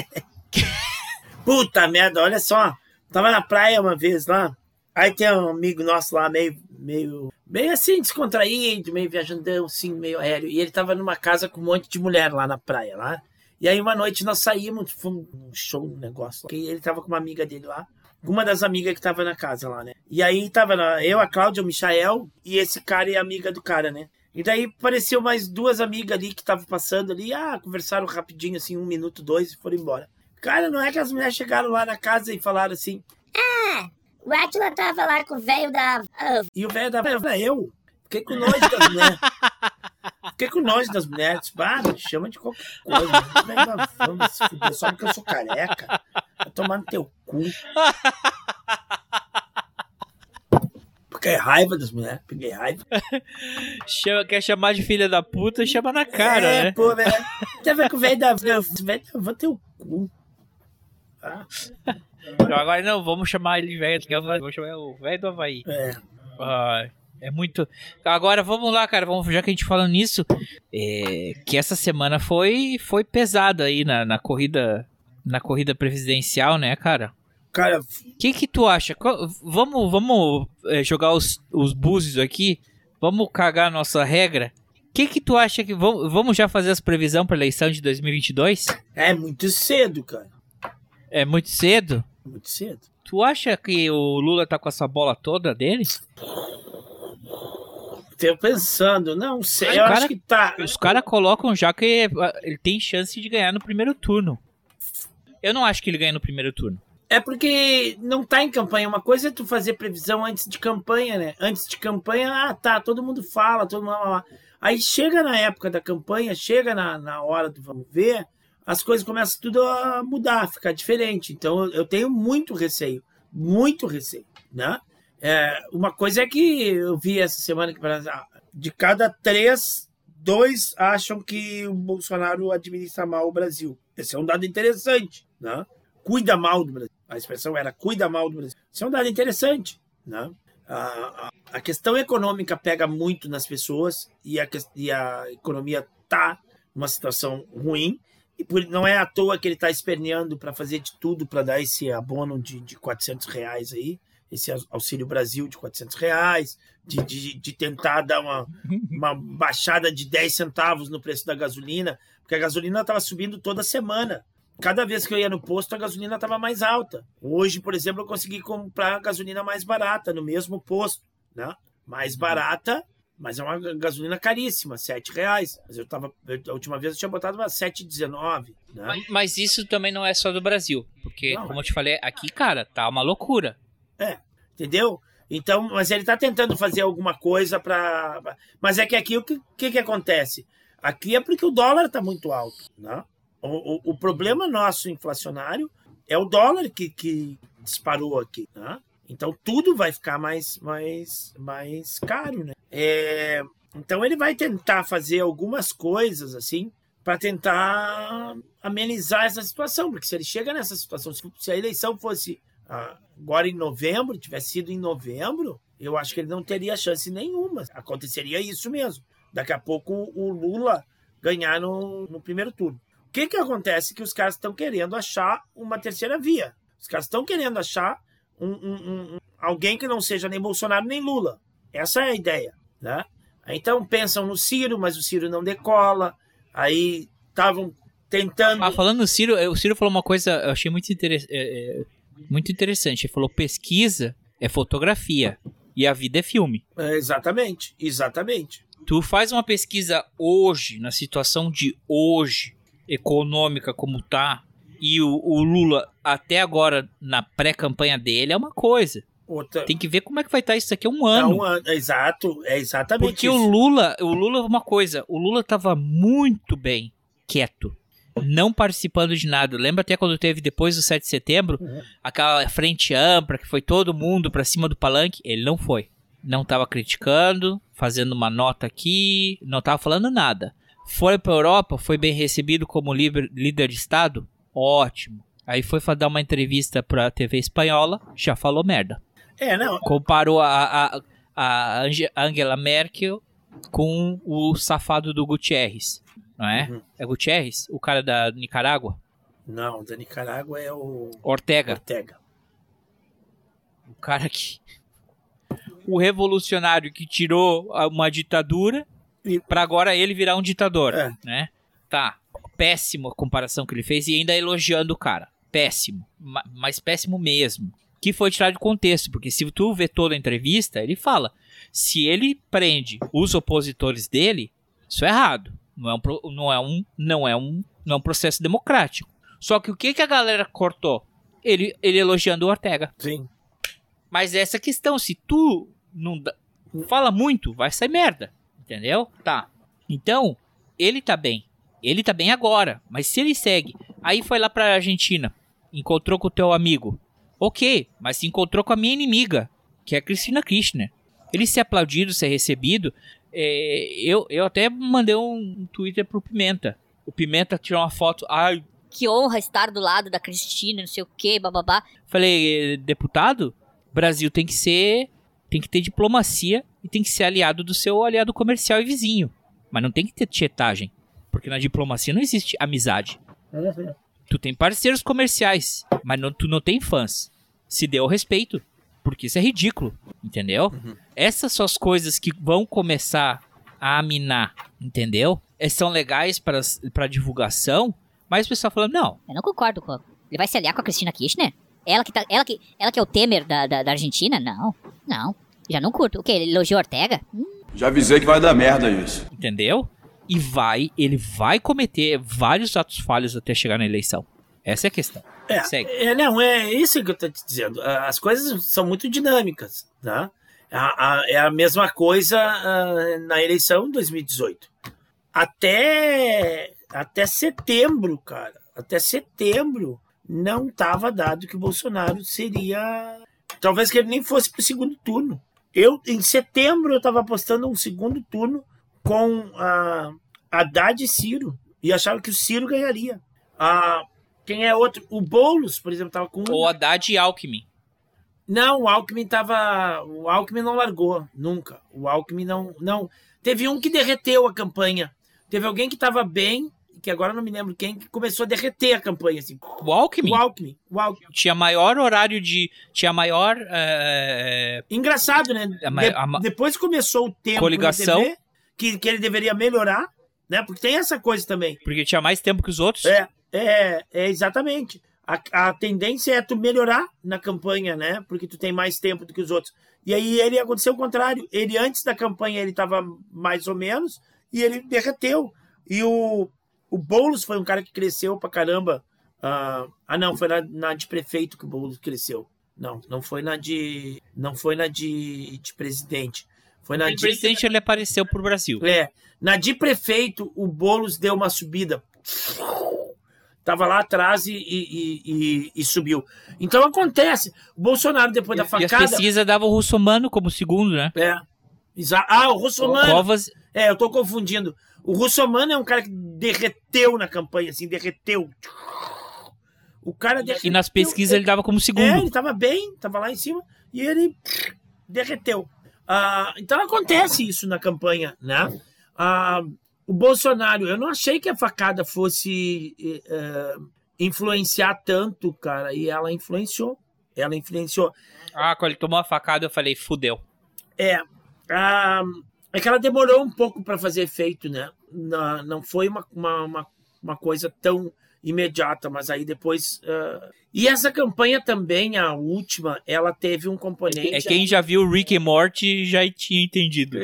Puta merda, olha só. Tava na praia uma vez lá. Aí tem um amigo nosso lá, meio assim, descontraído, meio viajandão, assim, meio aéreo. E ele tava numa casa com um monte de mulher lá na praia, lá. E aí uma noite nós saímos, fomos num show, um negócio lá. E ele tava com uma amiga dele lá. Uma das amigas que tava na casa lá, né? E aí tava eu, a Cláudia, o Michael e esse cara e a amiga do cara, né? E daí apareceu mais 2 amigas ali que estavam passando ali. Conversaram rapidinho, assim, 1 minuto, 2 e foram embora. Cara, não é que as mulheres chegaram lá na casa e falaram assim... O Átila tava lá com o velho da... E o velho da... Eu? Fiquei com nojo das mulheres. Fiquei com nojo das mulheres. Me chama de qualquer coisa. Vamos se fuder só porque eu sou careca. Vai tomar no teu cu. Quer raiva das mulheres? Peguei raiva. Quer chamar de filha da puta, chama na cara, né? Pô, velho. Tem a ver com o velho da... Vou ter o cu. Ah. Agora não, vamos chamar ele de velho. Vamos chamar o velho do Havaí. É muito... Agora vamos lá, cara. Já que a gente falando nisso, que essa semana foi pesada aí na corrida presidencial, né, cara? Cara, o que tu acha? Vamos jogar os búzios aqui? Vamos cagar a nossa regra? O que tu acha que... Vamos já fazer as previsões para a eleição de 2022? É muito cedo, cara. É muito cedo? Muito cedo. Tu acha que o Lula tá com essa bola toda dele? Tô pensando, não sei, acho que tá. Os caras colocam já que ele tem chance de ganhar no primeiro turno. Eu não acho que ele ganha no primeiro turno. É porque não tá em campanha. Uma coisa é tu fazer previsão antes de campanha, né? Antes de campanha, todo mundo fala, todo mundo... Aí chega na época da campanha, chega na hora do vamos ver, as coisas começam tudo a mudar, a ficar diferente. Então eu tenho muito receio, né? Uma coisa é que eu vi essa semana que de cada 3, 2 acham que o Bolsonaro administra mal o Brasil. Esse é um dado interessante, né? Cuida mal do Brasil. A expressão era cuida mal do Brasil. Isso é um dado interessante, né? A questão econômica pega muito nas pessoas e a economia está numa situação ruim. E não é à toa que ele está esperneando para fazer de tudo para dar esse abono de R$400 aí, esse Auxílio Brasil de R$400, de tentar dar uma baixada de 10 centavos no preço da gasolina, porque a gasolina estava subindo toda semana. Cada vez que eu ia no posto, a gasolina estava mais alta. Hoje, por exemplo, eu consegui comprar gasolina mais barata no mesmo posto, né? Mais barata, mas é uma gasolina caríssima, R$7. Mas a última vez eu tinha botado uma R$7,19, né? Mas isso também não é só do Brasil, porque, como eu te falei, aqui, cara, tá uma loucura. Entendeu? Então, mas ele tá tentando fazer alguma coisa para... Mas é que aqui o que acontece? Aqui é porque o dólar tá muito alto, né? O problema nosso inflacionário é o dólar que disparou aqui, né? Então tudo vai ficar mais caro, né? Então ele vai tentar fazer algumas coisas assim para tentar amenizar essa situação, porque se ele chega nessa situação, se a eleição fosse agora em novembro, tivesse sido em novembro, eu acho que ele não teria chance nenhuma. Aconteceria isso mesmo. Daqui a pouco o Lula ganhar no primeiro turno. O que acontece? Que os caras estão querendo achar uma terceira via. Os caras estão querendo achar alguém que não seja nem Bolsonaro nem Lula. Essa é a ideia, né? Então pensam no Ciro, mas o Ciro não decola. Aí estavam tentando... Falando no Ciro, o Ciro falou uma coisa, eu achei muito interessante. Ele falou: pesquisa é fotografia e a vida é filme. Exatamente. Tu faz uma pesquisa hoje, na situação de hoje, econômica como tá, e o Lula até agora na pré-campanha dele é uma coisa. Tem que ver como é que vai estar isso aqui um ano. Exato, é exatamente porque isso. o Lula é uma coisa, o Lula tava muito bem quieto, não participando de nada. Lembra até quando teve depois do 7 de setembro, aquela frente ampla que foi todo mundo pra cima do palanque? Ele não foi. Não tava criticando, fazendo uma nota aqui, não tava falando nada. Foi pra Europa, foi bem recebido como líder de Estado? Ótimo. Aí foi dar uma entrevista pra TV espanhola, já falou merda. Não. Comparou a Angela Merkel com o safado do Gutierrez, não é? Uhum. É Gutierrez? O cara da Nicarágua? Não, da Nicarágua é o... Ortega. O cara que... O revolucionário que tirou uma ditadura... Pra agora ele virar um ditador, né? Tá, péssimo a comparação que ele fez e ainda elogiando o cara. Péssimo, mas péssimo mesmo. Que foi tirado de contexto, porque se tu vê toda a entrevista, ele fala, se ele prende os opositores dele, isso é errado. Não é um processo democrático. Só que o que a galera cortou? Ele elogiando o Ortega. Sim. Mas essa questão, se tu não fala muito, vai sair merda. Entendeu? Tá. Então, ele tá bem. Ele tá bem agora. Mas se ele segue... Aí foi lá pra Argentina. Encontrou com o teu amigo. Ok. Mas se encontrou com a minha inimiga. Que é a Cristina Kirchner. Ele ser aplaudido, ser recebido. Eu até mandei um Twitter pro Pimenta. O Pimenta tirou uma foto. Ai, que honra estar do lado da Cristina, não sei o que, bababá. Falei, deputado, Brasil tem que ter diplomacia e tem que ser aliado do seu aliado comercial e vizinho. Mas não tem que ter tietagem. Porque na diplomacia não existe amizade. Tu tem parceiros comerciais, mas tu não tem fãs. Se dê o respeito. Porque isso é ridículo, entendeu? Essas são as coisas que vão começar a aminar, entendeu? São legais pra divulgação, mas o pessoal falando, não. Eu não concordo com... Ele vai se aliar com a Cristina Kirchner? Ela que é o Temer da Argentina? Não. Já não curto. O quê? Ele elogiou Ortega? Já avisei que vai dar merda isso. Entendeu? E ele vai cometer vários atos falhos até chegar na eleição. Essa é a questão. É isso que eu tô te dizendo. As coisas são muito dinâmicas, tá? É a mesma coisa na eleição de 2018. Até setembro, cara. Até setembro não estava dado que o Bolsonaro seria... Talvez que ele nem fosse pro segundo turno. Em setembro, eu estava apostando um segundo turno com Haddad e Ciro. E achava que o Ciro ganharia. Quem é outro? O Boulos, por exemplo, estava com... O Haddad e Alckmin. Não, o Alckmin não largou, nunca. O Alckmin não... Teve um que derreteu a campanha. Teve alguém que estava bem, que agora não me lembro quem, que começou a derreter a campanha. Assim. O Alckmin? O Alckmin. Tinha maior horário de... Tinha maior... Engraçado, né? Depois começou o tempo coligação. Na TV, que ele deveria melhorar, né? Porque tem essa coisa também. Porque tinha mais tempo que os outros? Exatamente. A tendência é tu melhorar na campanha, né? Porque tu tem mais tempo do que os outros. E aí ele aconteceu o contrário. Ele, antes da campanha, ele estava mais ou menos e ele derreteu. E o Boulos foi um cara que cresceu pra caramba. Não, foi na de prefeito que o Boulos cresceu. Não foi na de presidente. Foi na de presidente, ele apareceu pro Brasil. Na de prefeito, o Boulos deu uma subida. Tava lá atrás e subiu. Então acontece. O Bolsonaro, depois da facada... E as pesquisas davam o Russomano como segundo, né? O Russomano... Covas... eu tô confundindo. O Russomano é um cara que derreteu na campanha, assim, derreteu. O cara derreteu. E nas pesquisas ele dava como segundo. Ele tava bem, tava lá em cima, e ele derreteu. Então acontece isso na campanha, né? O Bolsonaro, eu não achei que a facada fosse influenciar tanto, cara, e ela influenciou. Quando ele tomou a facada, eu falei, fudeu. É que ela demorou um pouco para fazer efeito, né? Não foi uma coisa tão imediata, mas aí depois... E essa campanha também, a última, ela teve um componente... Quem já viu Rick e Morty já tinha entendido.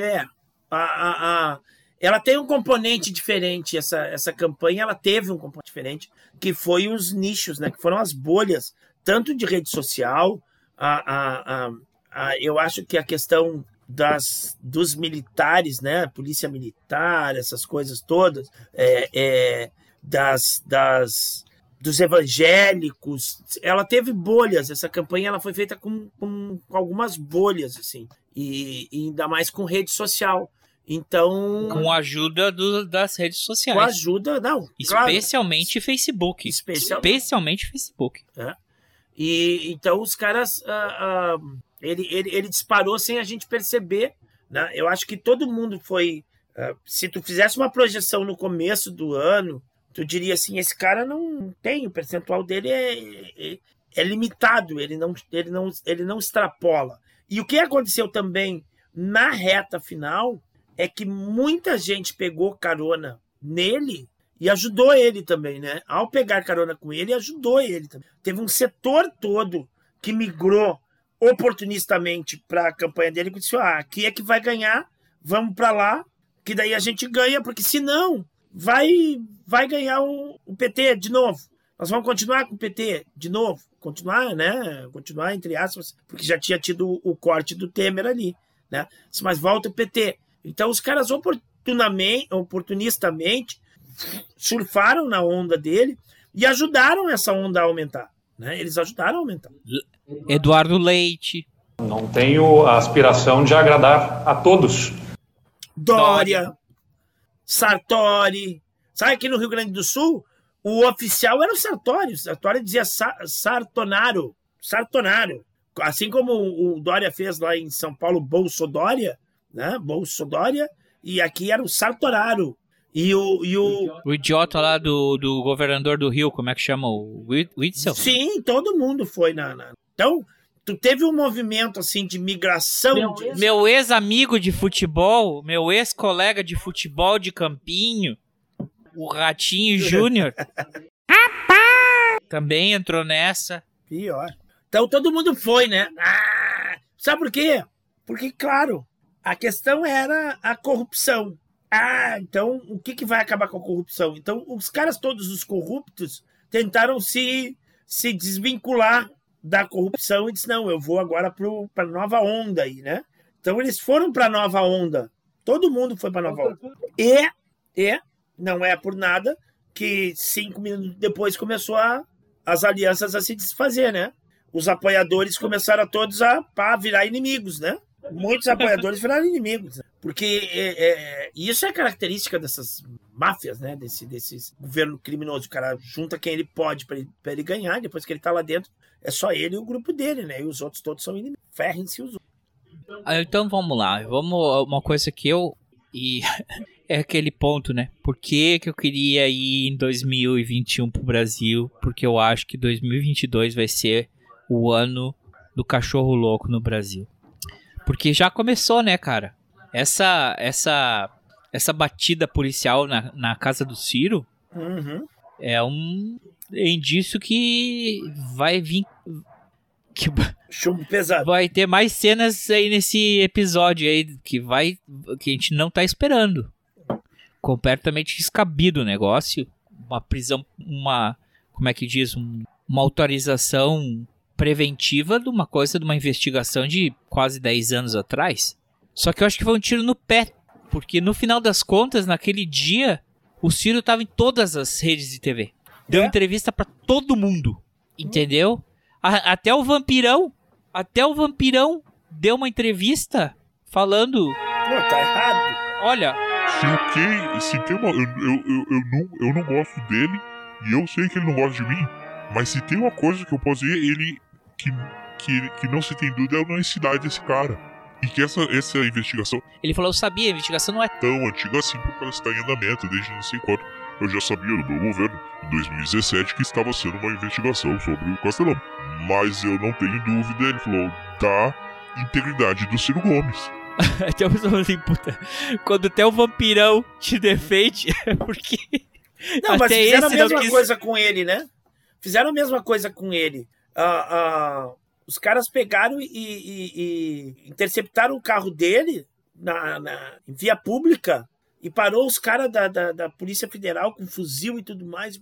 Ela tem um componente diferente, essa campanha, ela teve um componente diferente, que foi os nichos, né? Que foram as bolhas, tanto de rede social, eu acho que a questão dos militares, né? Polícia militar, essas coisas todas, dos evangélicos, ela teve bolhas. Essa campanha ela foi feita com algumas bolhas, assim, e ainda mais com rede social. Então... Com a ajuda das redes sociais. Com a ajuda, não. Especialmente claro. Facebook. Especialmente Facebook. E então os caras... Ele disparou sem a gente perceber, né? Eu acho que todo mundo foi... se tu fizesse uma projeção no começo do ano, tu diria assim, esse cara não tem, o percentual dele é limitado, ele não extrapola. E o que aconteceu também na reta final é que muita gente pegou carona nele e ajudou ele também, né? Ao pegar carona com ele, ajudou ele também. Teve um setor todo que migrou oportunistamente para a campanha dele e disse, aqui é que vai ganhar, vamos para lá, que daí a gente ganha, porque senão vai ganhar o PT de novo. Nós vamos continuar com o PT de novo. Continuar, né? Continuar, entre aspas, porque já tinha tido o corte do Temer ali, né? Mas volta o PT. Então os caras oportunistamente surfaram na onda dele e ajudaram essa onda a aumentar, né? Eles ajudaram a aumentar. Eduardo Leite. Não tenho a aspiração de agradar a todos. Dória, Sartori. Sabe aqui no Rio Grande do Sul, o oficial era o Sartori. O Sartori dizia Sartonaro. Assim como o Dória fez lá em São Paulo, Bolsodória, né? Bolsodória, e aqui era o Sartoraro. O idiota lá do governador do Rio, como é que chama? O Witzel? Sim, todo mundo foi Então, tu teve um movimento assim de migração. Meu ex-amigo de futebol, meu ex-colega de futebol de Campinho, o Ratinho Júnior, também entrou nessa. Pior. Então todo mundo foi, né? Sabe por quê? Porque, claro, a questão era a corrupção. Então o que vai acabar com a corrupção? Então os caras todos, os corruptos, tentaram se desvincular da corrupção e disse, não, eu vou agora para nova onda aí, né? Então eles foram para nova onda. Todo mundo foi para nova onda. E não é por nada que 5 minutos depois começou as alianças a se desfazer, né? Os apoiadores começaram todos a virar inimigos, né? Muitos apoiadores viraram inimigos. Né? Porque isso é característica dessas máfias, né? Desse governo criminoso. O cara junta quem ele pode para ele ganhar. Depois que ele tá lá dentro, é só ele e o grupo dele, né? E os outros todos são inimigos. Ferrem-se os outros. Então vamos lá. Uma coisa que é aquele ponto, né? Por que eu queria ir em 2021 pro Brasil? Porque eu acho que 2022 vai ser o ano do cachorro louco no Brasil. Porque já começou, né, cara? Essa batida policial na casa do Ciro é um indício que vai vir... Chumbo pesado. Vai ter mais cenas aí nesse episódio aí que a gente não tá esperando. Completamente descabido o negócio. Uma prisão, como é que diz? Uma autorização preventiva de uma investigação de quase 10 anos atrás. Só que eu acho que foi um tiro no pé, porque no final das contas, naquele dia, o Ciro tava em todas as redes de TV. Deu entrevista pra todo mundo, entendeu? Até o Vampirão deu uma entrevista falando... Pô, tá errado. Olha... Se tem uma... Eu não gosto dele, e eu sei que ele não gosta de mim, mas se tem uma coisa que eu posso dizer, ele... Que não se tem dúvida é a honestidade desse cara. E que essa investigação... Ele falou, eu sabia, a investigação não é tão antiga assim, porque ela está em andamento desde não sei quanto. Eu já sabia do meu governo, em 2017, que estava sendo uma investigação sobre o Castelão. Mas eu não tenho dúvida, ele falou, da integridade do Ciro Gomes. Até o pessoal assim, puta, quando até o Vampirão te defende, é porque... Não, mas fizeram a mesma coisa com ele, né? Fizeram a mesma coisa com ele. Os caras pegaram e interceptaram o carro dele em via pública e parou os caras da Polícia Federal com fuzil e tudo mais,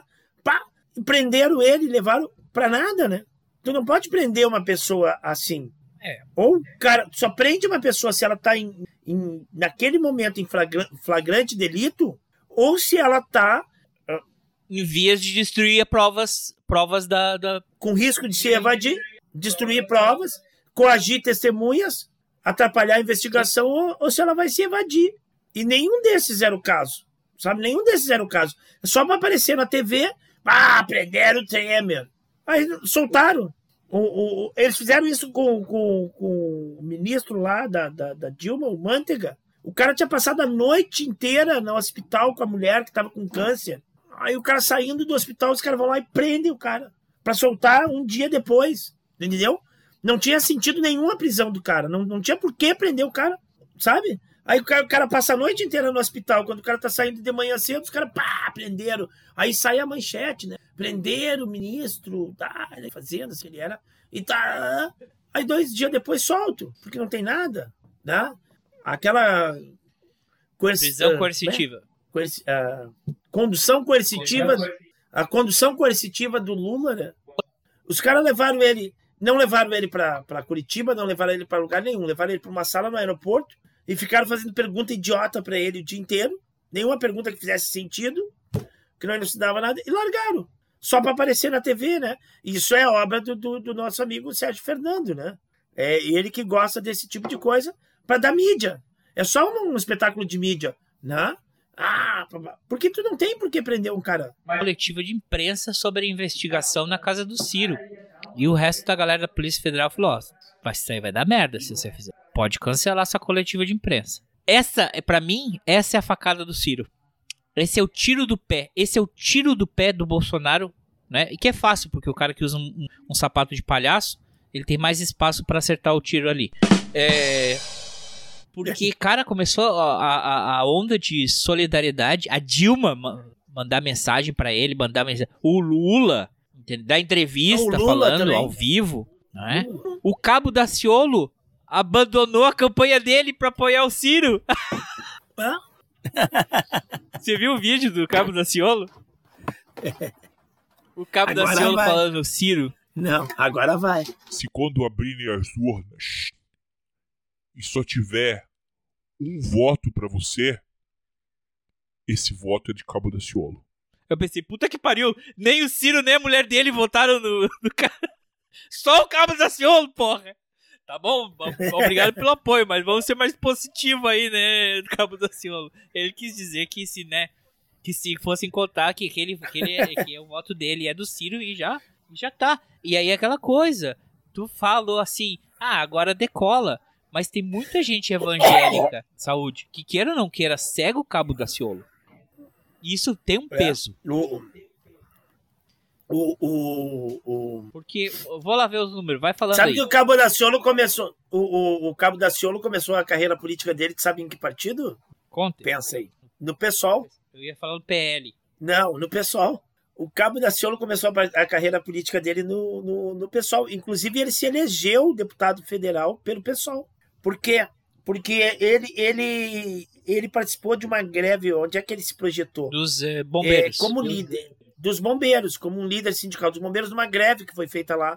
e prenderam ele e levaram pra nada, né? Tu não pode prender uma pessoa assim. Ou, cara, só prende uma pessoa se ela tá naquele momento em flagrante delito, ou se ela tá em vias de destruir provas com risco de se evadir, destruir provas, coagir testemunhas, atrapalhar a investigação, ou se ela vai se evadir. E nenhum desses era o caso, sabe? Nenhum desses era o caso. É só para aparecer na TV, prenderam o Temer. Aí soltaram. Eles fizeram isso com o ministro lá da Dilma, o Manteiga. O cara tinha passado a noite inteira no hospital com a mulher que estava com câncer. Aí o cara saindo do hospital, os caras vão lá e prendem o cara para soltar um dia depois, entendeu? Não tinha sentido nenhum a prisão do cara, não tinha por que prender o cara, sabe? Aí o cara passa a noite inteira no hospital, quando o cara tá saindo de manhã cedo, os caras, prenderam. Aí sai a manchete, né? Prenderam o ministro da Fazenda, se ele era, e tá... Aí 2 dias depois solto, porque não tem nada, né? Aquela... prisão coercitiva. Condução coercitiva... A condução coercitiva do Lula, né? Os caras levaram ele... Não levaram ele pra Curitiba, não levaram ele pra lugar nenhum. Levaram ele pra uma sala no aeroporto e ficaram fazendo pergunta idiota pra ele o dia inteiro. Nenhuma pergunta que fizesse sentido, que não elucidava nada, e largaram. Só pra aparecer na TV, né? Isso é obra do nosso amigo Sérgio Fernando, né? É ele que gosta desse tipo de coisa para dar mídia. É só um espetáculo de mídia, né? Porque tu não tem por que prender um cara. Uma coletiva de imprensa sobre a investigação na casa do Ciro. E o resto da galera da Polícia Federal falou, isso aí vai dar merda se você fizer. Pode cancelar essa coletiva de imprensa. Pra mim, essa é a facada do Ciro. Esse é o tiro do pé. Esse é o tiro do pé do Bolsonaro, né? E que é fácil, porque o cara que usa um sapato de palhaço, ele tem mais espaço pra acertar o tiro ali. Porque, cara, começou a onda de solidariedade. A Dilma mandar mensagem pra ele, o Lula dar entrevista falando também, ao vivo, né? O Cabo Daciolo abandonou a campanha dele pra apoiar o Ciro. Você viu o vídeo do Cabo Daciolo? O Cabo Daciolo falando Ciro. Não, agora vai. Se quando abrirem as urnas e só tiver um voto pra você, esse voto é de Cabo Daciolo. Eu pensei, puta que pariu, nem o Ciro nem a mulher dele votaram no cara. Só o Cabo Daciolo, porra. Tá bom, obrigado pelo apoio, mas vamos ser mais positivo aí, né, do Cabo Daciolo. Ele quis dizer que se fossem contar que o voto dele é do Ciro e já tá. E aí aquela coisa, tu falou assim, agora decola. Mas tem muita gente evangélica, saúde, que queira ou não queira, cega o Cabo Daciolo. E isso tem um peso. Porque, vou lá ver os números, vai falando sabe aí. Que o Cabo Daciolo começou... O Cabo Daciolo começou a carreira política dele, sabe em que partido? Conta. Pensa aí. No PSOL. Eu ia falar do PL. Não, no PSOL. O Cabo Daciolo começou a carreira política dele no PSOL. Inclusive, ele se elegeu deputado federal pelo PSOL. Por quê? Porque ele participou de uma greve. Onde é que ele se projetou? Dos bombeiros. Como líder dos bombeiros, como um líder sindical dos bombeiros, numa greve que foi feita lá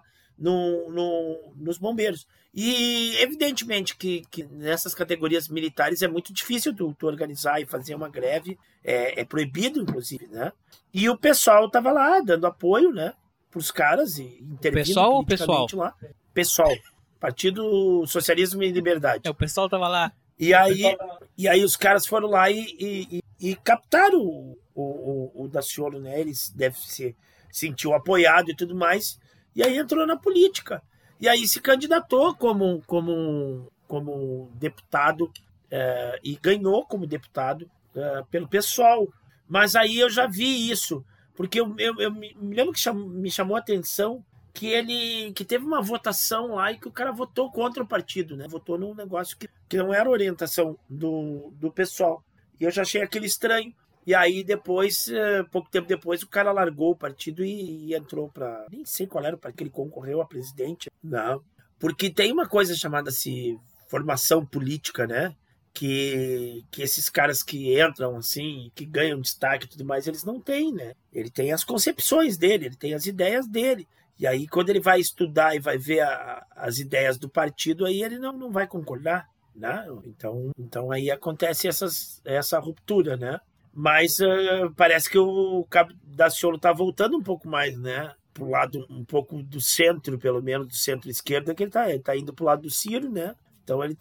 nos bombeiros. E evidentemente que nessas categorias militares é muito difícil tu organizar e fazer uma greve. É proibido, inclusive, né? E o pessoal estava lá dando apoio, né, para os caras e intervindo pessoal politicamente ou lá. Pessoal. Partido Socialismo e Liberdade. O pessoal tava lá. E aí os caras foram lá e captaram o Daciolo, né? Eles devem se sentiu apoiado e tudo mais. E aí entrou na política. E aí se candidatou como deputado e ganhou como deputado pelo PSOL. Mas aí eu já vi isso. Porque eu me lembro que me chamou a atenção que teve uma votação lá e que o cara votou contra o partido, né? Votou num negócio que não era orientação do pessoal. E eu já achei aquilo estranho. E aí depois, pouco tempo depois, o cara largou o partido e entrou para... Nem sei qual era o partido que ele concorreu a presidente. Não. Porque tem uma coisa chamada-se formação política, né? Que esses caras que entram assim, que ganham destaque e tudo mais, eles não têm, né? Ele tem as concepções dele, ele tem as ideias dele. E aí, quando ele vai estudar e vai ver as ideias do partido, aí ele não vai concordar, né? Então aí acontece essa ruptura, né? Mas parece que o Cabo Daciolo está voltando um pouco mais, né? Pro lado um pouco do centro, pelo menos do centro-esquerda, que ele tá indo pro lado do Ciro, né? Então ele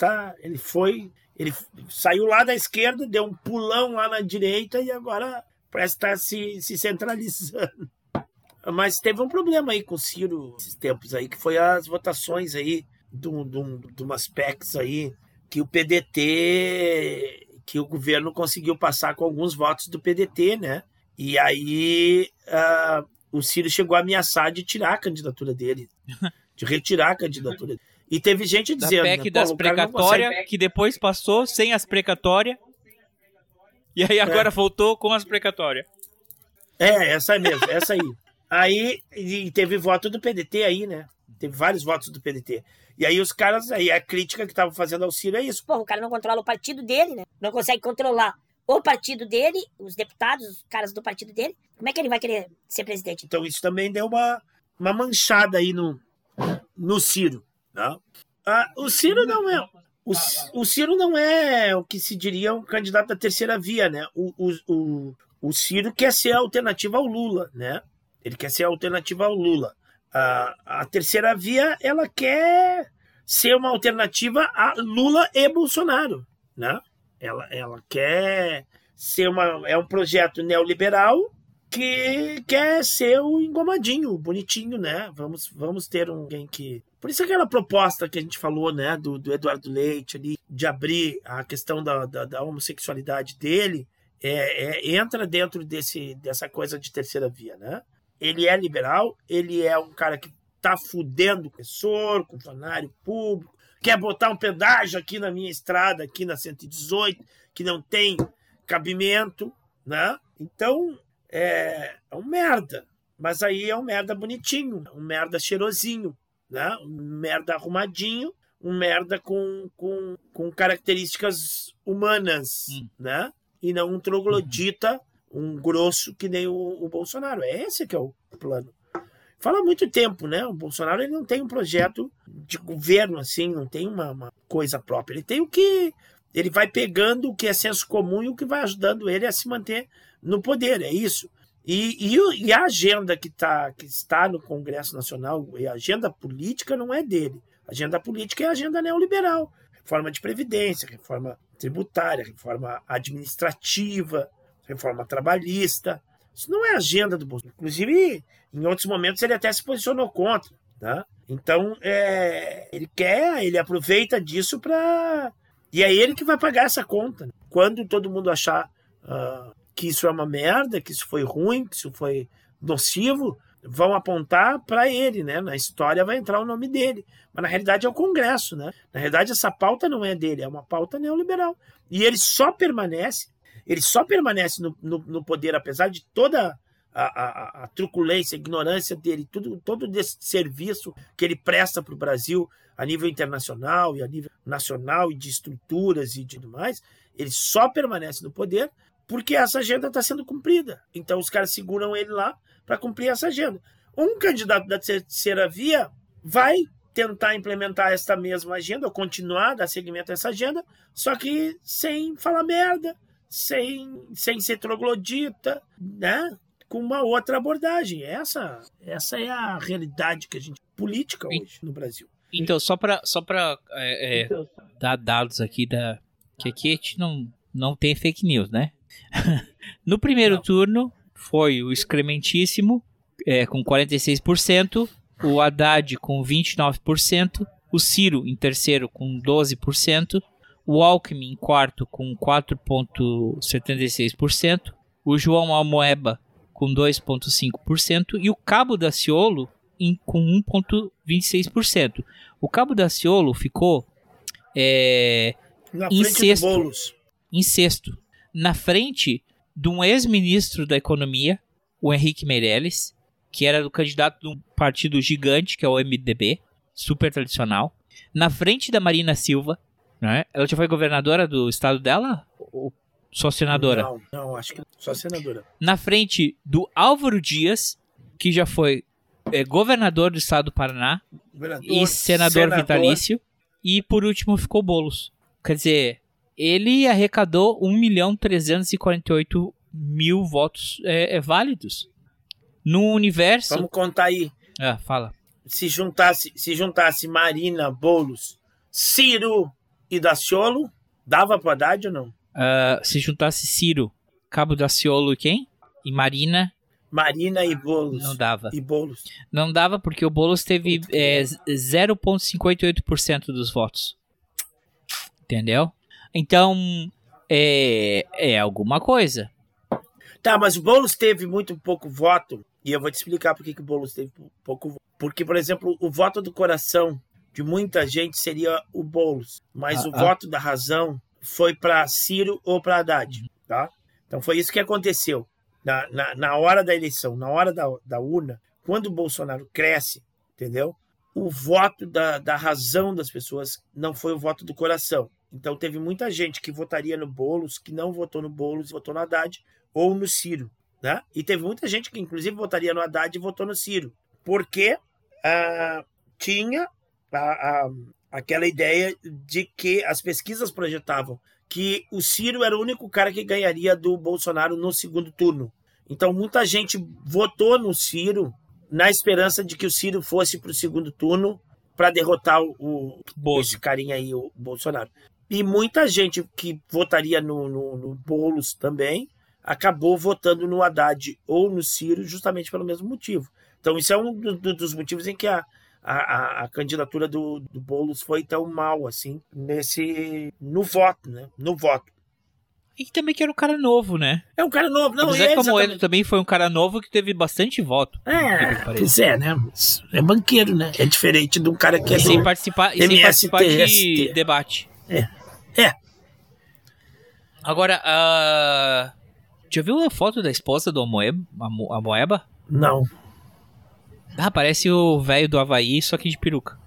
saiu lá da esquerda, deu um pulão lá na direita e agora parece estar se centralizando. Mas teve um problema aí com o Ciro esses tempos aí, que foi as votações aí de umas PECs aí, que o PDT, que o governo conseguiu passar com alguns votos do PDT, né? E aí o Ciro chegou a ameaçar de tirar a candidatura dele, de retirar a candidatura dele. E teve gente dizendo... Da PEC, né, das precatórias, que depois passou sem as precatórias, e aí agora voltou com as precatórias. Essa aí mesmo, essa aí. Aí e teve voto do PDT aí, né? Teve vários votos do PDT. E aí os caras, aí a crítica que estavam fazendo ao Ciro é isso. Porra, o cara não controla o partido dele, né? Não consegue controlar o partido dele, os deputados, os caras do partido dele. Como é que ele vai querer ser presidente? Então isso também deu uma manchada aí no Ciro. Não? O Ciro não é... O Ciro não é o que se diria um candidato da terceira via, né? O Ciro quer ser a alternativa ao Lula, né? Ele quer ser a alternativa ao Lula. A terceira via, ela quer ser uma alternativa a Lula e Bolsonaro, né? Ela quer ser é um projeto neoliberal que quer ser o engomadinho, o bonitinho, né? Vamos ter alguém que... Por isso aquela proposta que a gente falou, né, do Eduardo Leite ali, de abrir a questão da homossexualidade dele, entra dentro dessa coisa de terceira via, né? Ele é liberal, ele é um cara que tá fudendo o professor, com funcionário público, quer botar um pedágio aqui na minha estrada, aqui na 118, que não tem cabimento, né? Então, é um merda. Mas aí é um merda bonitinho, um merda cheirosinho, né? Um merda arrumadinho, um merda com características humanas, né? E não um troglodita, um grosso que nem o Bolsonaro. Esse que é o plano. Fala há muito tempo, né? O Bolsonaro ele não tem um projeto de governo, assim, não tem uma coisa própria. Ele tem o que... Ele vai pegando o que é senso comum e o que vai ajudando ele a se manter no poder, é isso. E a agenda que está no Congresso Nacional, a agenda política não é dele. A agenda política é a agenda neoliberal. Reforma de Previdência, reforma tributária, reforma administrativa, reforma trabalhista. Isso não é a agenda do Bolsonaro. Inclusive, em outros momentos, ele até se posicionou contra. Tá? Então, ele aproveita disso para... E é ele que vai pagar essa conta. Quando todo mundo achar que isso é uma merda, que isso foi ruim, que isso foi nocivo, vão apontar para ele, né? Na história vai entrar o nome dele. Mas na realidade é o Congresso, né? Na realidade essa pauta não é dele, é uma pauta neoliberal. E ele só permanece no poder, apesar de toda a truculência, a ignorância dele, todo desse serviço que ele presta para o Brasil a nível internacional e a nível nacional e de estruturas e tudo mais, ele só permanece no poder porque essa agenda está sendo cumprida. Então os caras seguram ele lá para cumprir essa agenda. Um candidato da terceira via vai tentar implementar esta mesma agenda ou continuar a dar seguimento a essa agenda, só que sem falar merda, sem ser troglodita, né? Com uma outra abordagem. Essa é a realidade que a gente política hoje no Brasil. Então, só para dar dados aqui que aqui a gente não tem fake news, né? No primeiro turno foi o excrementíssimo com 46%, o Haddad com 29%, o Ciro em terceiro com 12%, o Alckmin em quarto com 4,76%, o João Almoeba com 2,5% e o Cabo Daciolo com 1,26%. O Cabo Daciolo ficou em sexto, na frente de um ex-ministro da Economia, o Henrique Meirelles, que era do candidato de um partido gigante, que é o MDB, super tradicional, na frente da Marina Silva, né? Ela já foi governadora do estado dela? Ou só senadora? Não, acho que só senadora. Na frente do Álvaro Dias, que já foi governador do estado do Paraná e senador vitalício. E por último ficou Boulos. Quer dizer, ele arrecadou 1.348.000 votos válidos. No universo... Vamos contar aí. Fala. Se juntasse Marina, Boulos, Ciro e Daciolo, dava pro Haddad ou não? Se juntasse Ciro, Cabo Daciolo e quem? E Marina e Boulos. Não dava. E Boulos. Não dava porque o Boulos teve 0,58% dos votos. Entendeu? Então, é alguma coisa. Tá, mas o Boulos teve muito pouco voto. E eu vou te explicar por que o Boulos teve pouco voto. Porque, por exemplo, o voto do coração de muita gente seria o Boulos. Mas o voto da razão foi para Ciro ou para Haddad. Tá? Então foi isso que aconteceu. Na hora da eleição, na hora da urna, quando o Bolsonaro cresce, entendeu? O voto da razão das pessoas não foi o voto do coração. Então teve muita gente que votaria no Boulos, que não votou no Boulos, votou no Haddad ou no Ciro. Né? E teve muita gente que inclusive votaria no Haddad e votou no Ciro. Porque tinha aquela ideia de que as pesquisas projetavam que o Ciro era o único cara que ganharia do Bolsonaro no segundo turno. Então muita gente votou no Ciro na esperança de que o Ciro fosse para o segundo turno para derrotar Bozo. esse carinha aí, o Bolsonaro. E muita gente que votaria no Boulos também acabou votando no Haddad ou no Ciro justamente pelo mesmo motivo. Então isso é um dos motivos em que a candidatura do Boulos foi tão mal assim no voto, né? No voto. E também que era um cara novo, né? É um cara novo, não Apesar é que o Amoedo exatamente. também foi um cara novo que teve bastante voto. Pois é, né? É banqueiro, né? É diferente de um cara que é Sem do participar de MST. debate. É. Agora, já viu a foto da esposa do Amoeba? Não. Parece o velho do Havaí, só que de peruca.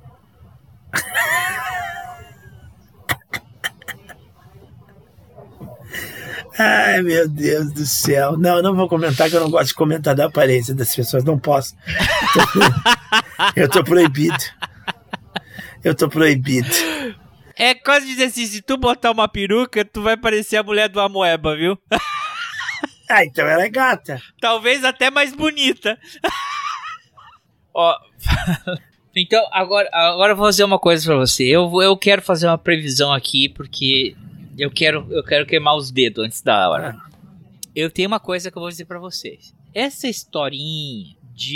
Ai, meu Deus do céu. Não vou comentar, que eu não gosto de comentar da aparência das pessoas. Não posso. Eu tô proibido. É quase dizer assim, se tu botar uma peruca, tu vai parecer a mulher do Amoeba, viu? Então ela é gata. Talvez até mais bonita. Ó, então, agora eu vou fazer uma coisa pra você. Eu quero fazer uma previsão aqui, porque eu quero queimar os dedos antes da hora. Eu tenho uma coisa que eu vou dizer pra vocês. Essa historinha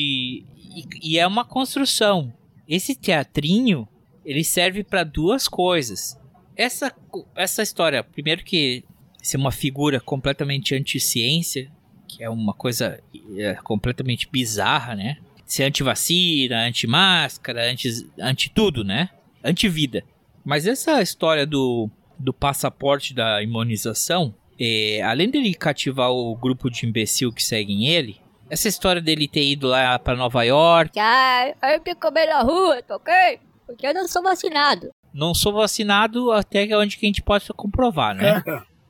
e é uma construção. Esse teatrinho, ele serve pra duas coisas. Essa história, primeiro que ser uma figura completamente anti-ciência, que é uma coisa completamente bizarra, né? Ser anti-vacina, anti-máscara, anti-tudo, né? Anti-vida. Mas essa história do passaporte da imunização, além dele cativar o grupo de imbecil que seguem ele, essa história dele ter ido lá pra Nova York... Eu tenho que comer na rua, tá ok? Porque eu não sou vacinado. Não sou vacinado até onde que a gente possa comprovar, né?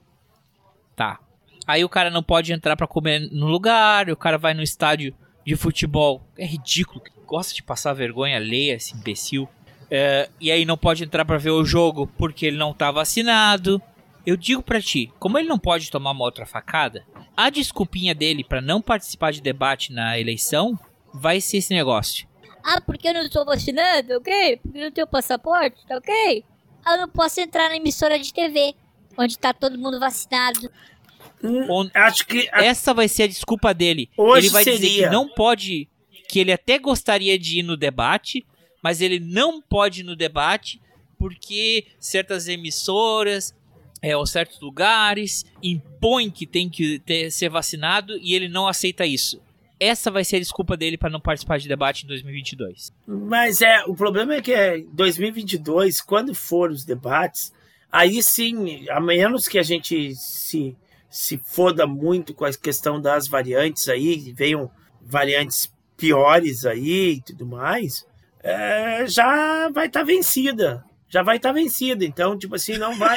Tá. Aí o cara não pode entrar pra comer no lugar, o cara vai no estádio de futebol. É ridículo, gosta de passar vergonha alheia, esse imbecil. E aí não pode entrar pra ver o jogo porque ele não tá vacinado. Eu digo pra ti, como ele não pode tomar uma outra facada, a desculpinha dele pra não participar de debate na eleição vai ser esse negócio. Porque eu não sou vacinado, ok? Porque eu não tenho passaporte, tá ok? Eu não posso entrar na emissora de TV, onde tá todo mundo vacinado. Acho que essa vai ser a desculpa dele. Hoje ele vai dizer seria. que não pode, que ele até gostaria de ir no debate, mas ele não pode ir no debate porque certas emissoras ou certos lugares impõem que tem que ser vacinado e ele não aceita isso. Essa vai ser a desculpa dele para não participar de debate em 2022. Mas o problema é que em 2022, quando for os debates, aí sim, a menos que a gente se foda muito com a questão das variantes aí, venham variantes piores aí e tudo mais, já vai estar vencida. Então, tipo assim, não vai...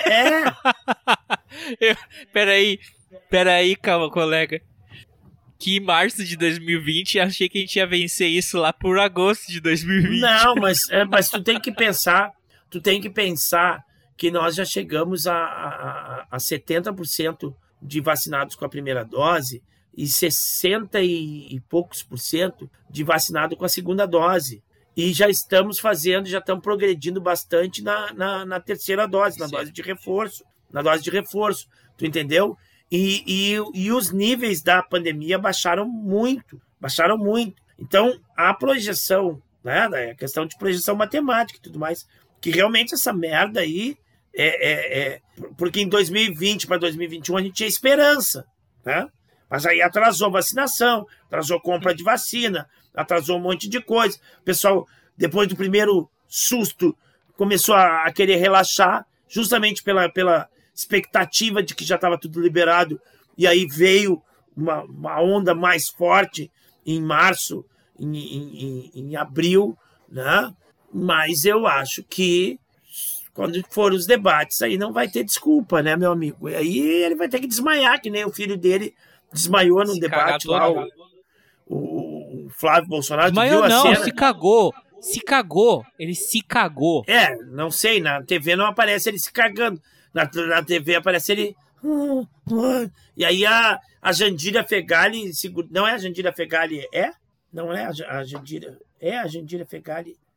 Peraí, calma, colega. Que em março de 2020 achei que a gente ia vencer isso lá por agosto de 2020. Não, mas tu tem que pensar que nós já chegamos a 70% de vacinados com a primeira dose e 60 e poucos % de vacinado com a segunda dose. E já estamos progredindo bastante na terceira dose, na dose de reforço. Tu entendeu? E os níveis da pandemia baixaram muito. Então, a projeção, né, a questão de projeção matemática e tudo mais, que realmente essa merda aí porque em 2020 para 2021 a gente tinha esperança, né? Mas aí atrasou vacinação, atrasou compra de vacina, atrasou um monte de coisa. O pessoal, depois do primeiro susto, começou a querer relaxar, justamente pela expectativa de que já estava tudo liberado, e aí veio uma onda mais forte em março, em abril, né? Mas eu acho que quando for os debates, aí não vai ter desculpa, né, meu amigo? E aí ele vai ter que desmaiar, que nem o filho dele desmaiou no debate lá, o Flávio Bolsonaro. Desmaiou não, se cagou. Ele se cagou. Não sei, na TV não aparece ele se cagando. Na TV aparece ele... E aí a Jandira Fegali... Não é a Jandira Fegali, é? Não é a Jandira... É a Jandira Fegali...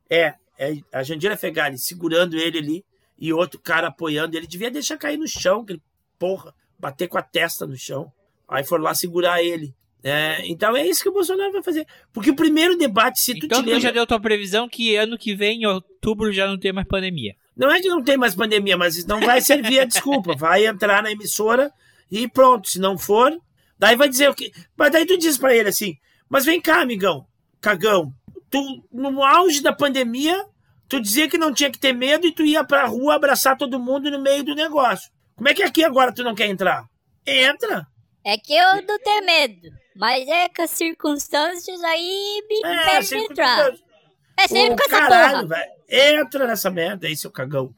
A Jandira Fegali segurando ele ali e outro cara apoiando. Ele devia deixar cair no chão, bater com a testa no chão. Aí foram lá segurar ele. Então é isso que o Bolsonaro vai fazer. Porque o primeiro debate, se tu então te lembra... tu já deu tua previsão que ano que vem, em outubro, já não tem mais pandemia. Não é que não tem mais pandemia, mas não vai servir a desculpa. Vai entrar na emissora e pronto. Se não for, daí vai dizer o quê? Mas daí tu diz pra ele assim, mas vem cá, amigão, cagão. Tu, no auge da pandemia, tu dizia que não tinha que ter medo e tu ia pra rua abraçar todo mundo no meio do negócio. Como é que aqui agora tu não quer entrar? Entra. É que eu não tenho medo, mas é que as circunstâncias aí me impedem de entrar. É sempre com essa porra. Véio. Entra nessa merda aí, seu cagão.